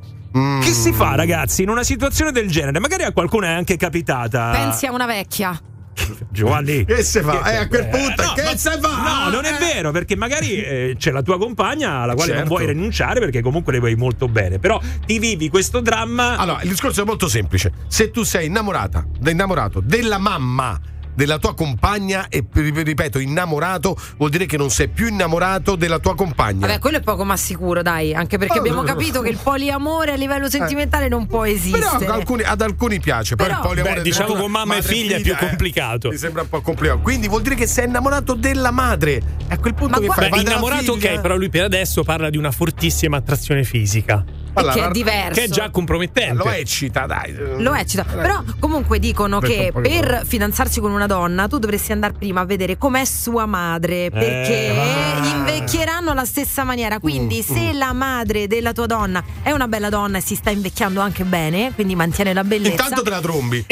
Che si fa, ragazzi, in una situazione del genere? Magari a qualcuno è anche capitata. Pensi a una vecchia. Giovanni, che se fa? A quel punto che se fa? No, non è vero, perché magari c'è la tua compagna alla quale non vuoi rinunciare perché comunque le vuoi molto bene, però ti vivi questo dramma. Allora, il discorso è molto semplice. Se tu sei innamorato della mamma della tua compagna, e ripeto, innamorato vuol dire che non sei più innamorato della tua compagna. Vabbè, quello è poco ma sicuro, dai, anche perché abbiamo capito che il poliamore a livello sentimentale non può esistere. Però ad alcuni piace, però il poliamore diciamo con mamma e figlia è più complicato. Mi sembra un po' complicato. Quindi vuol dire che sei innamorato della madre. A quel punto che fai? Innamorato, ok, però lui per adesso parla di una fortissima attrazione fisica. Che è diverso. Che è già compromettente. Lo eccita, dai. Lo eccita. Però comunque dicono che per fidanzarsi con una donna tu dovresti andare prima a vedere com'è sua madre, perché invecchieranno alla stessa maniera. Quindi se la madre della tua donna è una bella donna e si sta invecchiando anche bene, quindi mantiene la bellezza, intanto te la trombi.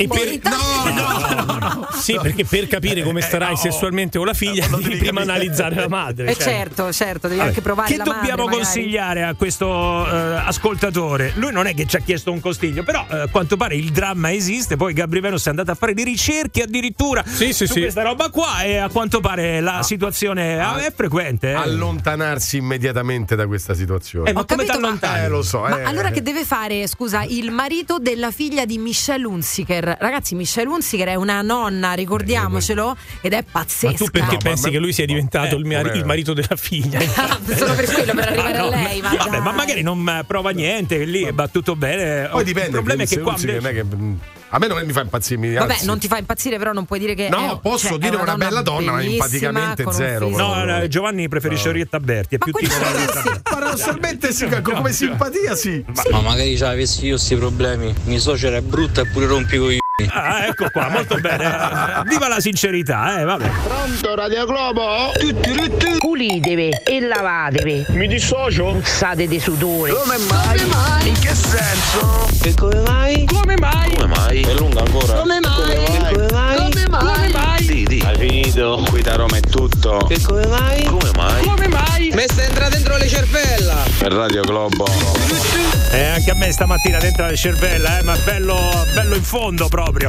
No. Sì, perché per capire come starai sessualmente con la figlia devi prima analizzare la madre. Certo, devi anche provare la madre. Che dobbiamo consigliare a questo ascoltatore? Lui non è che ci ha chiesto un consiglio, però a quanto pare il dramma esiste. Poi Gabri Venus è andato a fare dei ricerche addirittura su questa roba qua, e a quanto pare la situazione è frequente. Allontanarsi immediatamente da questa situazione. Ma come t'allontani? Lo so. Ma allora che deve fare, scusa, il marito della figlia di Michelle Hunziker? Ragazzi, Michelle Hunziker è una nonna, ricordiamocelo, ed è pazzesca. Ma tu perché pensi che lui sia diventato il marito della figlia? Solo per quello, per arrivare a lei. Vabbè, ma magari non prova niente, lì è battuto bene. Poi dipende. Il problema è che qua a me non mi fa impazzire. Vabbè, non ti fa impazzire, però non puoi dire che posso dire una bella donna, ma empaticamente zero. No, Giovanni preferisce Orietta Berti, è più paradossalmente come simpatia sì. Ma magari ce l'avessi io sti problemi. Mia suocera è brutta e pure rompi con ecco qua, molto bene. Viva la sincerità, vabbè. Pronto, Radio Globo? Pulitevi e lavatevi. Mi dissocio? Puzzate di sudore. Come mai? In che senso? E come mai? Come mai? Come mai? È lunga ancora? Come mai? Come mai? Come mai? Come mai? Sì. Hai finito? Qui da Roma è tutto. E come mai? Come mai? Come mai? Messa entra dentro le cervella. Per Radio Globo. Anche a me stamattina dentro la cervella, ma bello in fondo proprio.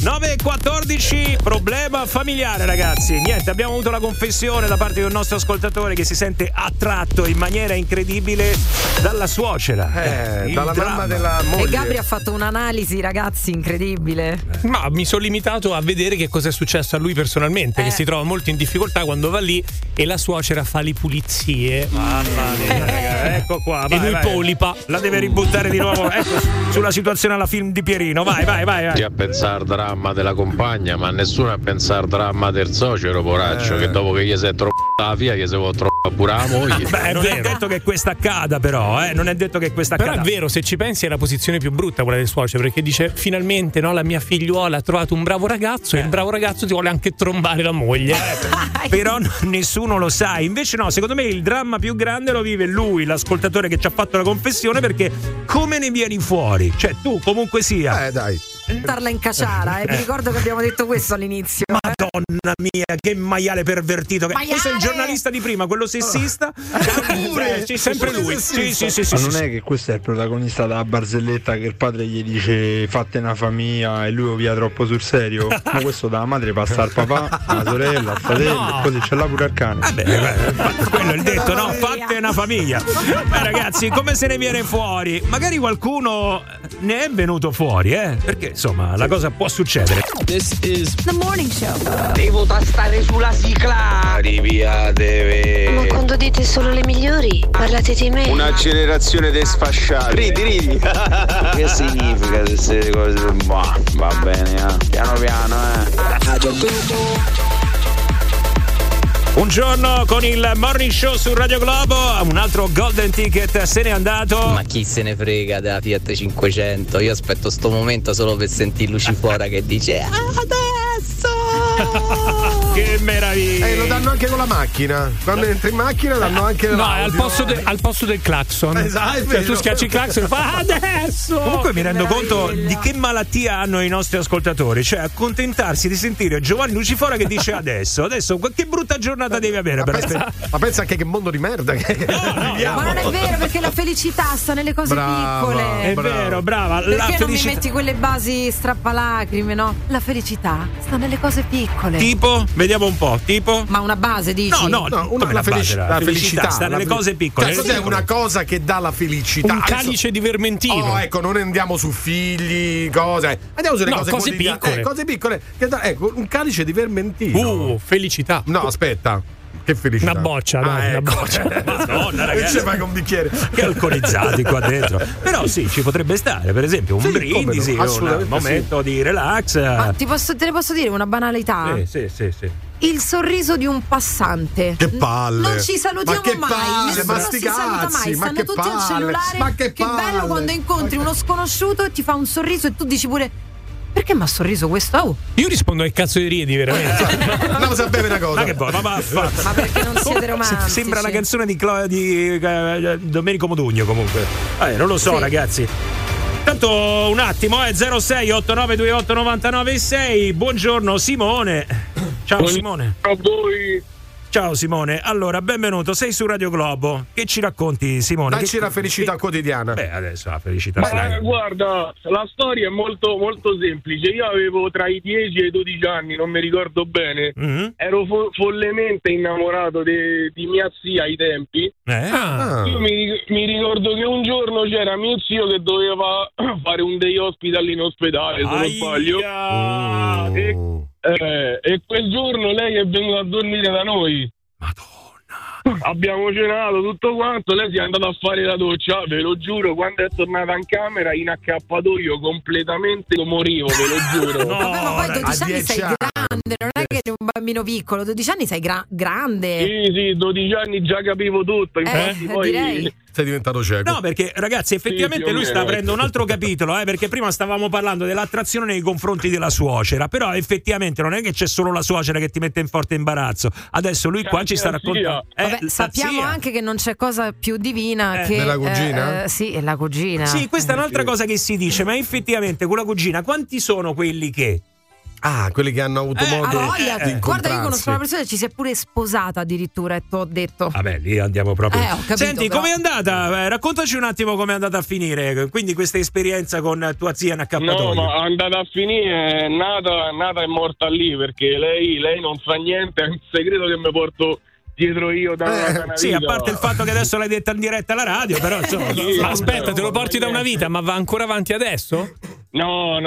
9:14, problema familiare, ragazzi. Niente, abbiamo avuto la confessione da parte di un nostro ascoltatore che si sente attratto in maniera incredibile dalla suocera. Dalla mamma della moglie. E Gabri ha fatto un'analisi, ragazzi, incredibile. Ma mi sono limitato a vedere che cosa è successo a lui personalmente, che si trova molto in difficoltà quando va lì e la suocera fa le pulizie. Mamma mia, ecco qua. E lui polipa. La deve ributtare di nuovo, ecco, sulla situazione alla film di Pierino. Vai. Ti a pensare dramma della compagna, ma nessuno a pensare dramma del suocero, poraccio, che dopo che gli sei troppo la figlia che se vuole troppo pure la moglie. Beh, non è detto che questa accada, però, non è detto che questa accada. Però è vero, se ci pensi è la posizione più brutta quella del suocero, perché dice finalmente la mia figliuola ha trovato un bravo ragazzo e il bravo ragazzo ti vuole anche trombare la moglie. Però nessuno lo sa. Invece no, secondo me il dramma più grande lo vive lui, l'ascoltatore che ci ha fatto la confessione, perché come ne vieni fuori? Cioè tu comunque sia. Dai. Buttarla in caciara, mi ricordo che abbiamo detto questo all'inizio. Madonna mia, che maiale pervertito. Questo è il giornalista di prima, quello sessista. Sempre lui. Sì. Ma non è che questo è il protagonista della barzelletta che il padre gli dice fatte una famiglia e lui lo via troppo sul serio? Ma questo dalla madre passa al papà, alla sorella, al fratello, e poi ce l'ha pure al cane. Quello è il detto, no? Fatte una famiglia. Ragazzi, come se ne viene fuori? Magari qualcuno ne è venuto fuori, perché insomma la cosa può succedere. This is The Morning Show. Devo tastare sulla sigla. Arriviatevi. Ma quando dite solo le migliori, parlate di me. Un'accelerazione dei sfasciati. Ridi. Che significa queste cose? Va bene, piano piano, Un giorno con il Morning Show su Radio Globo, un altro Golden Ticket se n'è andato. Ma chi se ne frega della Fiat 500? Io aspetto sto momento solo per sentire Lucifora che dice adesso. Che meraviglia! Lo danno anche con la macchina. Quando entri in macchina danno anche al posto del clacson. Esatto, cioè, tu schiacci il clacson e fa adesso. Comunque mi rendo conto di che malattia hanno i nostri ascoltatori, cioè accontentarsi di sentire Giovanni Lucifora che dice adesso che brutta giornata devi avere ma pensa anche che mondo di merda che ma non è vero, perché la felicità sta nelle cose piccole. È vero, brava. Perché non mi metti quelle basi strappalacrime, no? La felicità sta nelle cose piccole. Tipo? Vediamo un po', tipo? Ma una base, dici? No, la felicità sta nelle cose piccole. Cioè, cos'è una cosa che dà la felicità? Un calice di vermentino. Oh, ecco, non andiamo su figli, cose. Andiamo sulle cose piccole. Cose piccole. Ecco, un calice di vermentino. Felicità. No, aspetta. Che felicità. Una boccia, una boccia. Madonna, ragazzi. Che fai con un bicchiere? Che alcolizzati qua dentro. Però sì, ci potrebbe stare, per esempio, un brindisi, un momento di relax. Ma te ne posso dire una banalità? Sì. Il sorriso di un passante. Che palle. Non ci salutiamo mai. Nessuno si saluta mai. Stanno tutti al cellulare. Ma che bello quando incontri uno sconosciuto e ti fa un sorriso e tu dici pure: perché mi ha sorriso questo? Io rispondo che cazzo di ridi, veramente. Andiamo a sapere una cosa. Ma perché non siete romantici? Sembra la canzone di Domenico Modugno, comunque. Non lo so, ragazzi. Tanto un attimo, 06 8928 996. Buongiorno Simone. Ciao Simone. A voi. Ciao Simone, allora benvenuto, sei su Radio Globo. Che ci racconti, Simone? Dacci la felicità quodiana. Adesso la felicità. Guarda, la storia è molto molto semplice. Io avevo tra i 10 e i 12 anni, non mi ricordo bene. Ero follemente innamorato di mia zia ai tempi. Io mi ricordo che un giorno c'era mio zio che doveva fare un day hospital in ospedale, se non sbaglio. E quel giorno lei è venuta a dormire da noi. Madonna. Abbiamo cenato tutto quanto, lei si è andata a fare la doccia, ve lo giuro, quando è tornata in camera in accappatoio completamente morivo, ve lo giuro. Ma poi 12 anni sei grande, non è che sei un bambino piccolo, 12 anni sei grande. Sì, 12 anni già capivo tutto, infatti poi direi. Sei diventato cieco. No, perché ragazzi, effettivamente lui sta aprendo un altro capitolo, perché prima stavamo parlando dell'attrazione nei confronti della suocera, però effettivamente non è che c'è solo la suocera che ti mette in forte imbarazzo. Adesso lui qua ci sta raccontando. Sappiamo anche che non c'è cosa più divina che la cugina? Sì, è la cugina. Sì, questa è un'altra cosa che si dice, ma effettivamente con la cugina quanti sono quelli che quelli che hanno avuto modo di incontrarsi. Guarda, io conosco una persona che ci si è pure sposata addirittura, e ti ho detto. Vabbè, lì andiamo proprio. Ho capito, senti, però. com'è andata? Raccontaci un attimo com'è andata a finire. Quindi questa esperienza con tua zia in accappatoio. No, ma è andata a finire, è nata e morta lì, perché lei non fa niente, è un segreto che mi porto dietro io da una vita. Sì, a parte il fatto che adesso l'hai detta in diretta alla radio, però insomma. Ma aspetta, te lo porti da una vita, ma va ancora avanti adesso? No,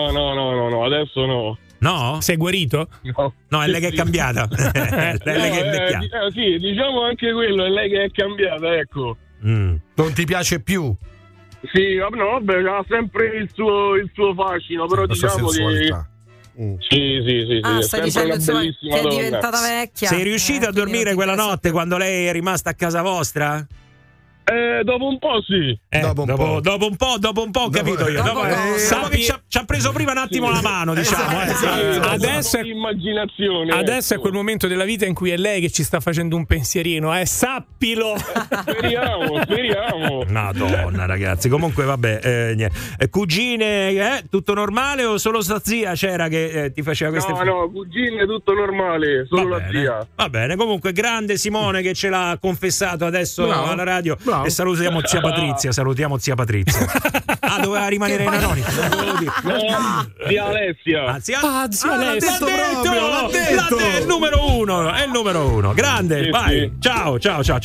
adesso no. No? Sei guarito? No, è lei che è cambiata. È lei che è invecchiata. Sì, diciamo anche quello, è lei che è cambiata, ecco. Non ti piace più? Sì, no, vabbè, ha sempre il suo fascino, però diciamo che Sì. Ah, è stai sempre dicendo una insomma, che bellissima è donna. diventata vecchia. Sei riuscito a dormire quella notte quando lei è rimasta a casa vostra? Dopo un po' sì. Dopo un po', ho capito io. Dopo che ci ha preso prima un attimo la mano, diciamo. Adesso immaginazione. Adesso è quel momento della vita in cui è lei che ci sta facendo un pensierino, sappilo. Speriamo. Madonna, ragazzi. Comunque, vabbè, niente. Cugine, tutto normale o solo sta zia c'era che ti faceva queste No, cugine, tutto normale, solo la zia. Va bene, comunque, grande Simone che ce l'ha confessato adesso alla radio. E salutiamo zia Patrizia. Ah, doveva rimanere in anonimo. Zia Alessia. Zia Alessia. L'ha detto. È il numero uno. Grande, vai. Sì. Ciao.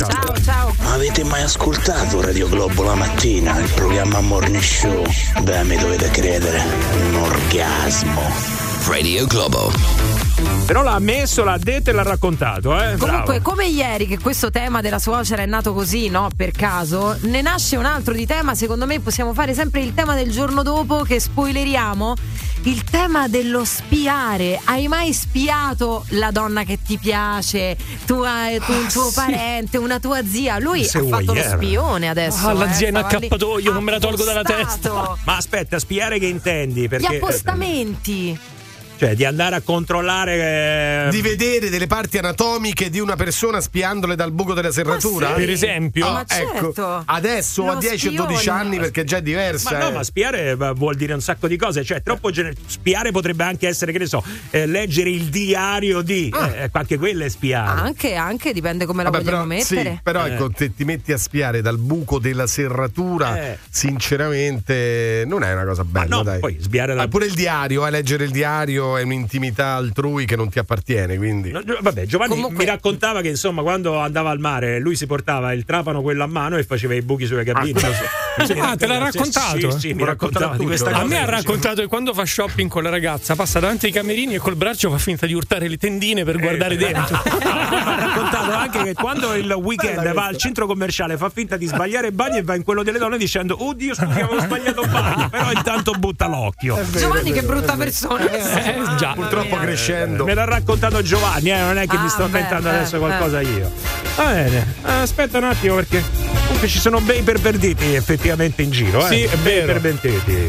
Ma avete mai ascoltato Radio Globo la mattina, il programma Morning Show? Beh, mi dovete credere, un orgasmo. Radio Globo. Però l'ha ammesso, l'ha detto e l'ha raccontato, Comunque, Bravo. come ieri che questo tema della suocera è nato così, no? Per caso, ne nasce un altro di tema. Secondo me possiamo fare sempre il tema del giorno dopo, che spoileriamo. Il tema dello spiare. Hai mai spiato la donna che ti piace? Un tuo parente, una tua zia? Lui ha fatto lo spione adesso. La zia in accappatoio, non me la tolgo dalla testa. Ma aspetta, spiare che intendi? Gli Perché appostamenti. cioè di andare a controllare di vedere delle parti anatomiche di una persona spiandole dal buco della serratura, sì. Per esempio. Ma certo. Ecco, adesso a 10 o 12 anni, perché già è diversa. Ma spiare vuol dire un sacco di cose, cioè troppo spiare potrebbe anche essere, che ne so, leggere il diario di anche quello è spiare. Anche dipende come la vogliamo mettere. Sì, però ecco, te ti metti a spiare dal buco della serratura, sinceramente non è una cosa bella, no, dai. Poi spiare pure il diario, leggere il diario è un'intimità altrui che non ti appartiene, quindi vabbè, Giovanni mi raccontava che insomma quando andava al mare lui si portava il trapano quello a mano e faceva i buchi sulle cabine. Te l'ha raccontato? Sì, mi raccontava di questa cosa. A me ha raccontato che quando fa shopping con la ragazza passa davanti ai camerini e col braccio fa finta di urtare le tendine per guardare dentro. Ha raccontato anche che quando il weekend va al centro commerciale fa finta di sbagliare il bagno e va in quello delle donne dicendo oddio scusi avevo sbagliato bagno, però intanto butta l'occhio. Giovanni che brutta persona. Già, purtroppo crescendo. Me l'ha raccontato Giovanni, non è che mi sto inventando adesso qualcosa io. Va bene, aspetta un attimo perché comunque ci sono bei pervertiti effettivamente in giro. Sì, è vero. Pervertiti.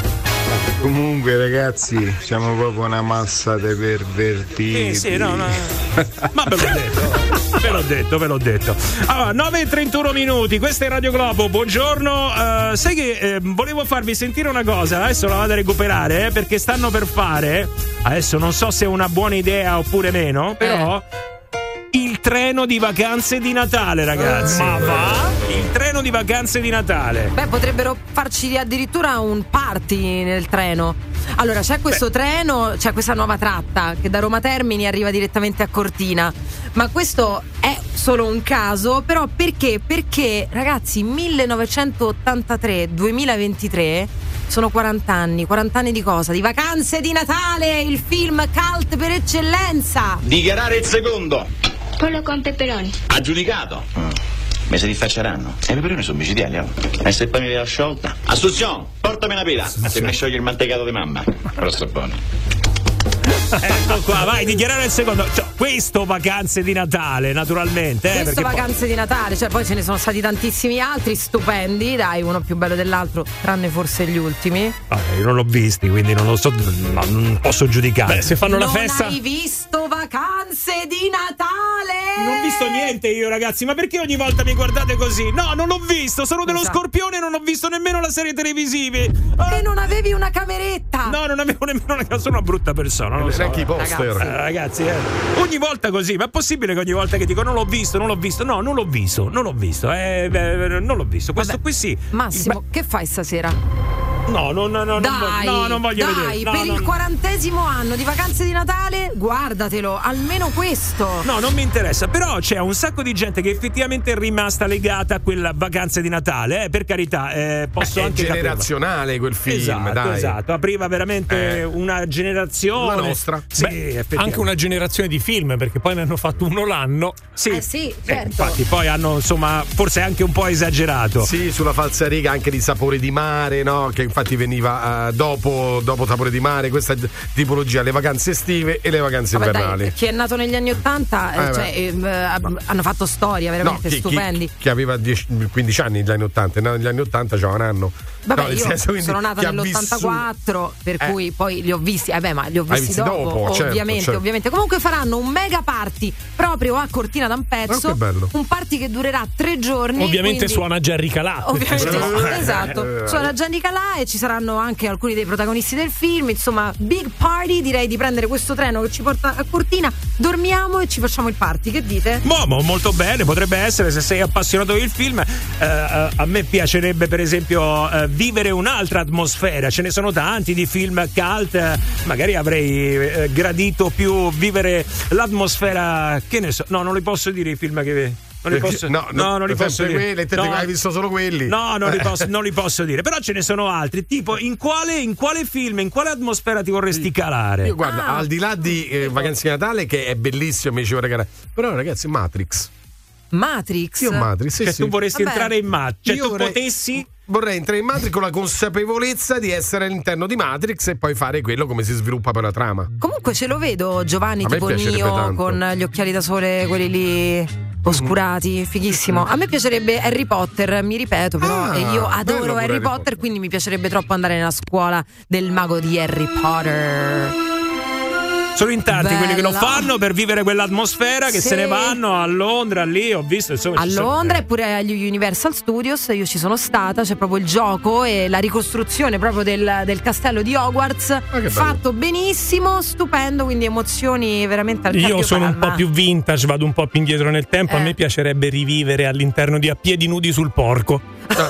Comunque ragazzi, siamo proprio una massa di pervertiti. Sì, no. Ma ve l'ho detto. Allora, 9:31 minuti, questa è Radio Globo, buongiorno. Sai che volevo farvi sentire una cosa, adesso la vado a recuperare, perché stanno per fare, adesso non so se è una buona idea oppure meno, però il treno di vacanze di Natale, ragazzi. Ma va? Il treno di vacanze di Natale. Beh, potrebbero farci addirittura un party nel treno. Allora, c'è questo treno, c'è questa nuova tratta che da Roma Termini arriva direttamente a Cortina. Ma questo è solo un caso, però perché? Perché, ragazzi, 1983-2023 sono 40 anni. 40 anni di cosa? Di Vacanze di Natale, il film cult per eccellenza. Dichiarare il secondo. Pollo con peperoni. Aggiudicato. Mese di facceranno. E i peperoni sono micidiali, E se poi mi viene sciolta? Assunzione, portami una pila. Se mi scioglie il mantecato di mamma. Però sto buono. Ecco qua, vai, dichiarare il secondo. Cioè, questo Vacanze di Natale, naturalmente. Questo Vacanze di Natale, cioè poi ce ne sono stati tantissimi altri stupendi, dai, uno più bello dell'altro, tranne forse gli ultimi. Io non l'ho visti, quindi non lo so, non posso giudicare. Beh, se fanno la festa. Non hai visto Vacanze di Natale? Non ho visto niente io, ragazzi, ma perché ogni volta mi guardate così? No, non l'ho visto, sono dello Scorpione e non ho visto nemmeno la serie televisiva. E non avevi una cameretta? No, non avevo nemmeno una. Sono una brutta persona, non lo so. Neanche i poster. Ragazzi, ogni volta così, ma è possibile che ogni volta che dico non l'ho visto, no, non l'ho visto. Non l'ho visto. Questo qui sì. Massimo, che fai stasera? No, non voglio vedere. Per il 40° anno di Vacanze di Natale, guardatelo, almeno questo. No, non mi interessa, però c'è un sacco di gente che effettivamente è rimasta legata a quella Vacanze di Natale, per carità, posso anche generazionale quel film, esatto, dai. Esatto, apriva veramente una generazione. La nostra. Sì, anche una generazione di film, perché poi ne hanno fatto uno l'anno. Sì, certo. Infatti poi hanno, insomma, forse anche un po' esagerato. Sì, sulla falsariga anche di Sapore di mare, no? Che infatti veniva dopo Sapore di Mare, questa tipologia, le vacanze estive e le vacanze invernali. Chi è nato negli anni 80 hanno fatto storia veramente stupendi. Chi aveva 15 anni negli anni 80, negli anni 80 c'era un anno. Vabbè, io sono nata nell'84, per cui poi li ho visti, ma li ho visti dopo ovviamente, certo. Ovviamente. Comunque faranno un mega party proprio a Cortina d'Ampezzo, un party che durerà 3 giorni. Ovviamente suona Gerry Calà. Ovviamente, esatto, suona Gerry Calà e ci saranno anche alcuni dei protagonisti del film, insomma, big party, direi di prendere questo treno che ci porta a Cortina, dormiamo e ci facciamo il party, che dite? Molto bene, potrebbe essere, se sei appassionato del film. A me piacerebbe per esempio vivere un'altra atmosfera, ce ne sono tanti di film cult, magari avrei gradito più vivere l'atmosfera, che ne so, non li posso dire i film che non li posso, non li posso dire. Hai visto solo quelli? No, non li posso dire. Però ce ne sono altri. Tipo, in quale film, in quale atmosfera ti vorresti calare? Io guarda, al di là di Vacanze di Natale, che è bellissimo, mi dicevo ragazzi, però ragazzi, Matrix. Io Matrix, sì, cioè, tu vorresti entrare in Matrix? Cioè, tu potessi. Vorrei entrare in Matrix con la consapevolezza di essere all'interno di Matrix e poi fare quello come si sviluppa per la trama. Comunque ce lo vedo Giovanni tipo Neo con gli occhiali da sole, quelli lì oscurati, fighissimo. A me piacerebbe Harry Potter, mi ripeto, però io adoro Harry Potter, quindi mi piacerebbe troppo andare nella scuola del mago di Harry Potter. Sono in tanti quelli che lo fanno per vivere quell'atmosfera, che se ne vanno a Londra, lì ho visto, insomma, a Londra e pure agli Universal Studios io ci sono stata, c'è proprio il gioco e la ricostruzione proprio del castello di Hogwarts, fatto benissimo, stupendo, quindi emozioni veramente al cardiopalma. Io sono un po' più vintage, vado un po' più indietro nel tempo, a me piacerebbe rivivere all'interno di A piedi nudi sul porco.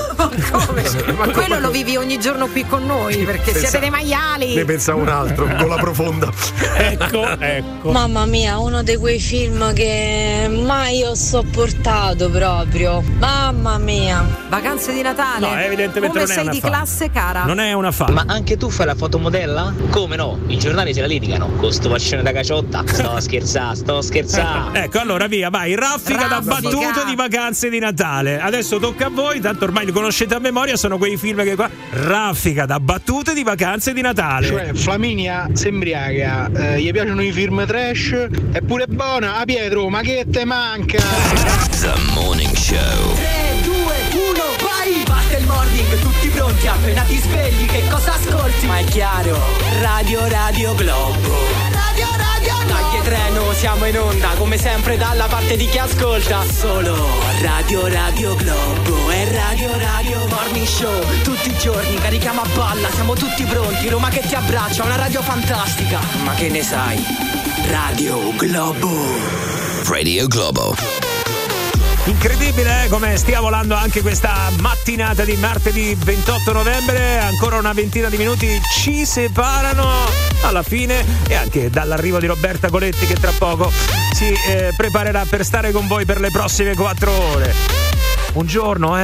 Ma quello lo vivi ogni giorno qui con noi, perché siete dei maiali. Ne pensavo un altro, con la profonda. Ecco. Mamma mia, uno di quei film che mai ho sopportato proprio. Mamma mia. Vacanze di Natale. No, evidentemente come non è sei una di fan. Classe, cara. Non è una fan. Ma anche tu fai la fotomodella? Come no? I giornali se la litigano con sto fascione da caciotta. Sto scherzando. Ecco, allora via, vai, raffica da battute di Vacanze di Natale. Adesso tocca a voi, tanto ormai li conoscete a memoria, sono quei film che qua raffica da battute di Vacanze di Natale. Cioè, Flaminia sembriaca, gli piacciono i film trash, è pure buona. A Pietro, ma che te manca? The Morning Show. 3, 2, 1, vai! Parte il morning, tutti pronti, appena ti svegli, che cosa ascolti? Ma è chiaro, Radio Globo. Dai treno, siamo in onda, come sempre dalla parte di chi ascolta. Solo Radio Globo e Radio Morning Show. Tutti i giorni carichiamo a balla, siamo tutti pronti. Roma che ti abbraccia, una radio fantastica. Ma che ne sai? Radio Globo. Incredibile, come stia volando anche questa mattinata di martedì 28 novembre. Ancora una ventina di minuti ci separano alla fine, e anche dall'arrivo di Roberta Coletti, che tra poco si preparerà per stare con voi per le prossime 4 ore. Buongiorno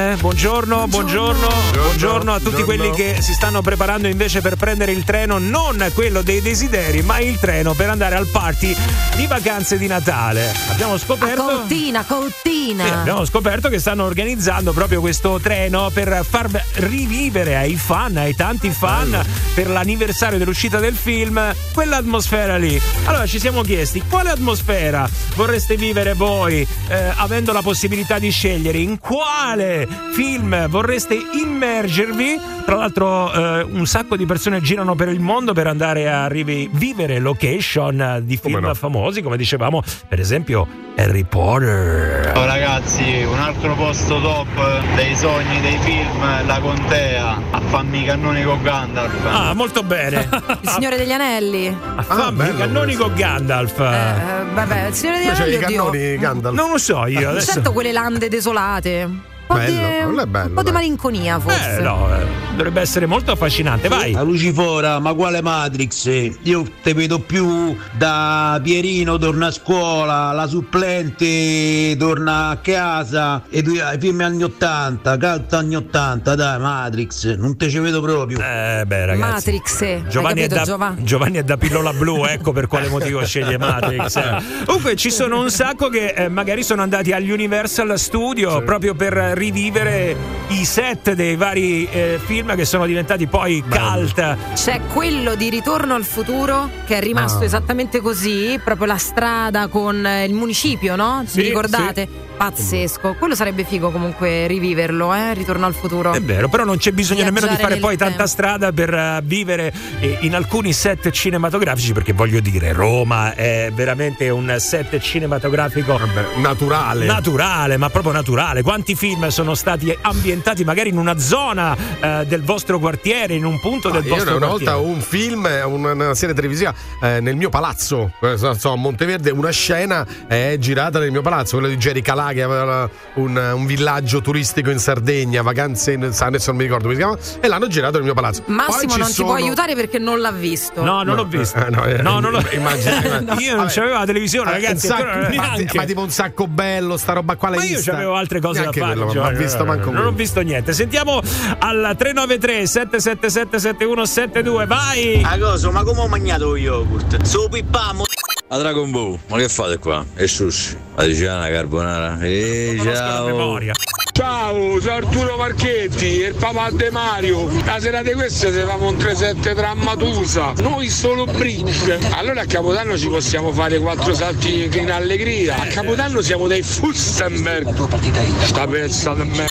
a tutti quelli che si stanno preparando invece per prendere il treno, non quello dei desideri, ma il treno per andare al party di Vacanze di Natale. Abbiamo scoperto Cortina. Abbiamo scoperto che stanno organizzando proprio questo treno per far rivivere ai tanti fan, per l'anniversario dell'uscita del film, quell'atmosfera lì. Allora ci siamo chiesti quale atmosfera vorreste vivere voi, avendo la possibilità di scegliere in quale film vorreste immergervi. Tra l'altro un sacco di persone girano per il mondo per andare a rivivere location di film famosi, come dicevamo, per esempio Harry Potter. Oh, ragazzi, un altro posto top dei sogni dei film, la contea, a fammi i cannoni con Gandalf. Ah, molto bene. Il Signore degli Anelli. A fammi i cannoni con Gandalf. Vabbè, il Signore degli Anelli. I cannoni Gandalf. Non lo so io adesso. Certo, quelle lande desolate. Un po' di malinconia, forse. Dovrebbe essere molto affascinante. Vai. A Lucifora, ma quale Matrix? Io te vedo più da Pierino torna a scuola, la supplente torna a casa, e tu i film anni 80, calza anni 80, dai, Matrix, non te ci vedo proprio. Ragazzi. Matrix. Giovanni è da pillola blu, ecco per quale motivo sceglie Matrix. Comunque ci sono un sacco che magari sono andati agli Universal Studio proprio per rivivere i set dei vari film che sono diventati poi cult. C'è quello di Ritorno al futuro che è rimasto esattamente così, proprio la strada con il municipio, no? Sì, vi ricordate? Sì. Pazzesco, quello sarebbe figo comunque riviverlo, Ritorno al futuro. È vero, però non c'è bisogno nemmeno di fare poi tanta tempo. strada per vivere in alcuni set cinematografici, perché voglio dire, Roma è veramente un set cinematografico naturale, ma proprio naturale. Quanti film sono stati ambientati magari in una zona del vostro quartiere, in un punto del vostro quartiere? Io una volta un film, una serie televisiva nel mio palazzo, a Monteverde, una scena è girata nel mio palazzo, quello di Jerry Calà, che aveva un villaggio turistico in Sardegna, vacanze adesso non mi ricordo come si chiama, e l'hanno girato nel mio palazzo. Massimo non ti può aiutare perché non l'ha visto. No, non l'ho visto. Non l'ho immagino. Io non c'avevo la televisione, ragazzi. Ma tipo un sacco bello, sta roba qua. Ma io c'avevo altre cose da fare. Non ho visto manco non ho visto niente. Sentiamo al 393 777 7172. Vai! A cosa? Ma come ho mangiato yogurt? Su pippamo. A Dragon Ball, ma che fate qua? E sushi, la Luciana Carbonara. Ciao. Ciao, sono Arturo Marchetti, il papà de Mario. La sera di questa se famo un 3-7 tra Matusa. Noi solo bridge. Allora a Capodanno ci possiamo fare 4 salti in allegria. A Capodanno siamo dei Fustenberg. Sta pensando a me.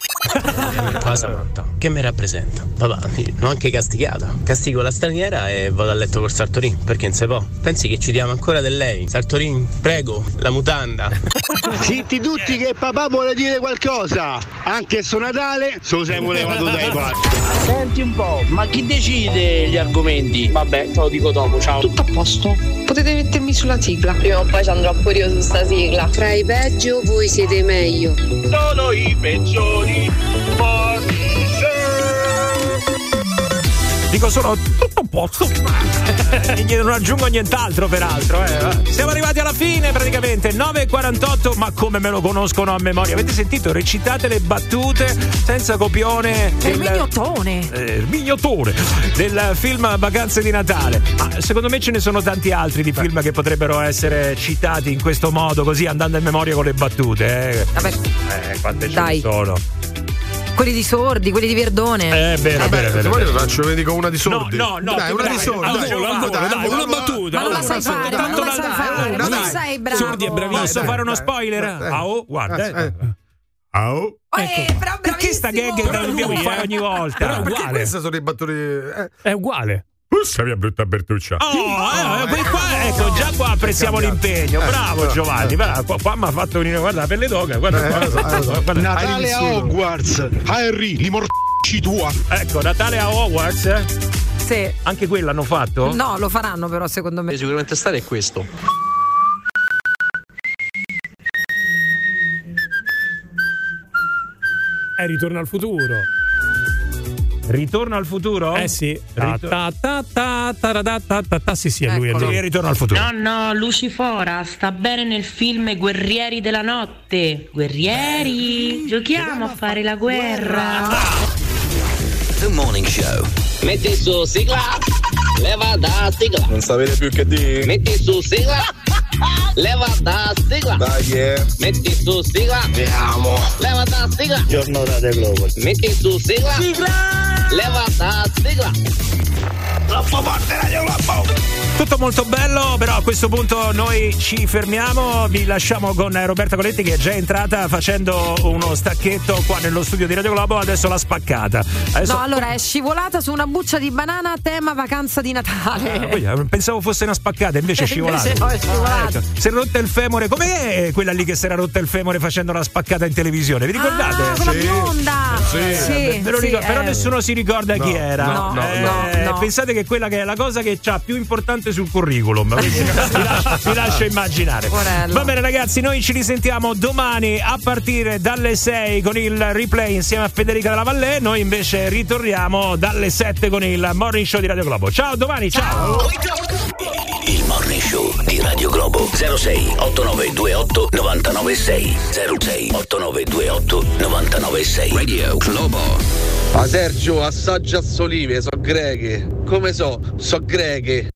Cosa che mi rappresenta? Papà, l'ho anche castigata. Castigo la straniera e vado a letto col Sartorin, perché non si può. Pensi che ci diamo ancora del lei? Sartorin, prego, la mutanda. Zitti tutti che papà vuole dire qualcosa. Anche su Natale se lo siamo levato dai parti. Senti un po', ma chi decide gli argomenti? Vabbè, te lo dico dopo, ciao. Tutto a posto? Potete mettermi sulla sigla. Prima o poi ci andrò pure io su sta sigla. Tra i peggio voi siete meglio. Sono i peggiori. Dico solo tutto a posto. Non aggiungo nient'altro peraltro. Siamo arrivati alla fine praticamente 9:48. Ma come me lo conoscono a memoria? Avete sentito? Recitate le battute senza copione. Il mignottone del film Vacanze di Natale. Ma secondo me ce ne sono tanti altri di film che potrebbero essere citati in questo modo, così andando in memoria con le battute. Vabbè, quante ce ne sono? Quelli di Sordi, quelli di Verdone. Vero. Se vuoi faccio, ne dico una di Sordi. No, dai, una di Sordi. Dai, una battuta. Ma non la sai fare, non la sai bravo. Sordi è bravissimo. Posso fare uno spoiler? Guarda. Però perché sta gag la dobbiamo fare ogni volta? Però perché queste sono le battute? È uguale. Questa mia brutta Bertuccia. Ecco, già qua apprezziamo l'impegno. Bravo Giovanni. Qua mi ha fatto venire, guarda, per le doghe. Guarda. Natale a Hogwarts. Harry, li morci tua. Ecco, Natale a Hogwarts. Sì. Anche quello hanno fatto? No, lo faranno però secondo me. Sicuramente stare è questo. Ritorno al futuro. Ritorno al futuro? Sì. Sì, è lui. Sì, Ritorno al futuro. No, Lucifora sta bene nel film Guerrieri della notte. Guerrieri, giochiamo a fare la guerra. The Morning Show. Metti su sigla, leva da sigla. Non sapete più che dire? Metti su sigla, leva da sigla. Dai, metti su sigla, vediamo. Leva da sigla. Giorno Radio Globo. Metti su sigla, leva da sigla. Troppo forte Radio Globo. Tutto molto bello, però a questo punto noi ci fermiamo, vi lasciamo con Roberta Coletti che è già entrata facendo uno stacchetto qua nello studio di Radio Globo, adesso l'ha spaccata. No, allora è scivolata su una buccia di banana tema vacanza di Natale. Pensavo fosse una spaccata, invece è scivolata. Ecco. Si è rotta il femore, com'è quella lì che si era rotta il femore facendo la spaccata in televisione? Vi ricordate? Quella bionda! Sì, però nessuno si ricorda chi era. No. Pensate che quella che è la cosa che c'ha più importante sul curriculum. Vi lascio immaginare. Porello. Va bene ragazzi, noi ci risentiamo domani a partire dalle 6 con il replay insieme a Federica Della Vallée. Noi invece ritorniamo dalle 7 con il Morning Show di Radio Globo. Ciao, domani, ciao. Il Morning Show di Radio Globo 06 8928 996 06 8928 996 Radio Globo. Ma Sergio, assaggia solive, so greghe. Come so greghe.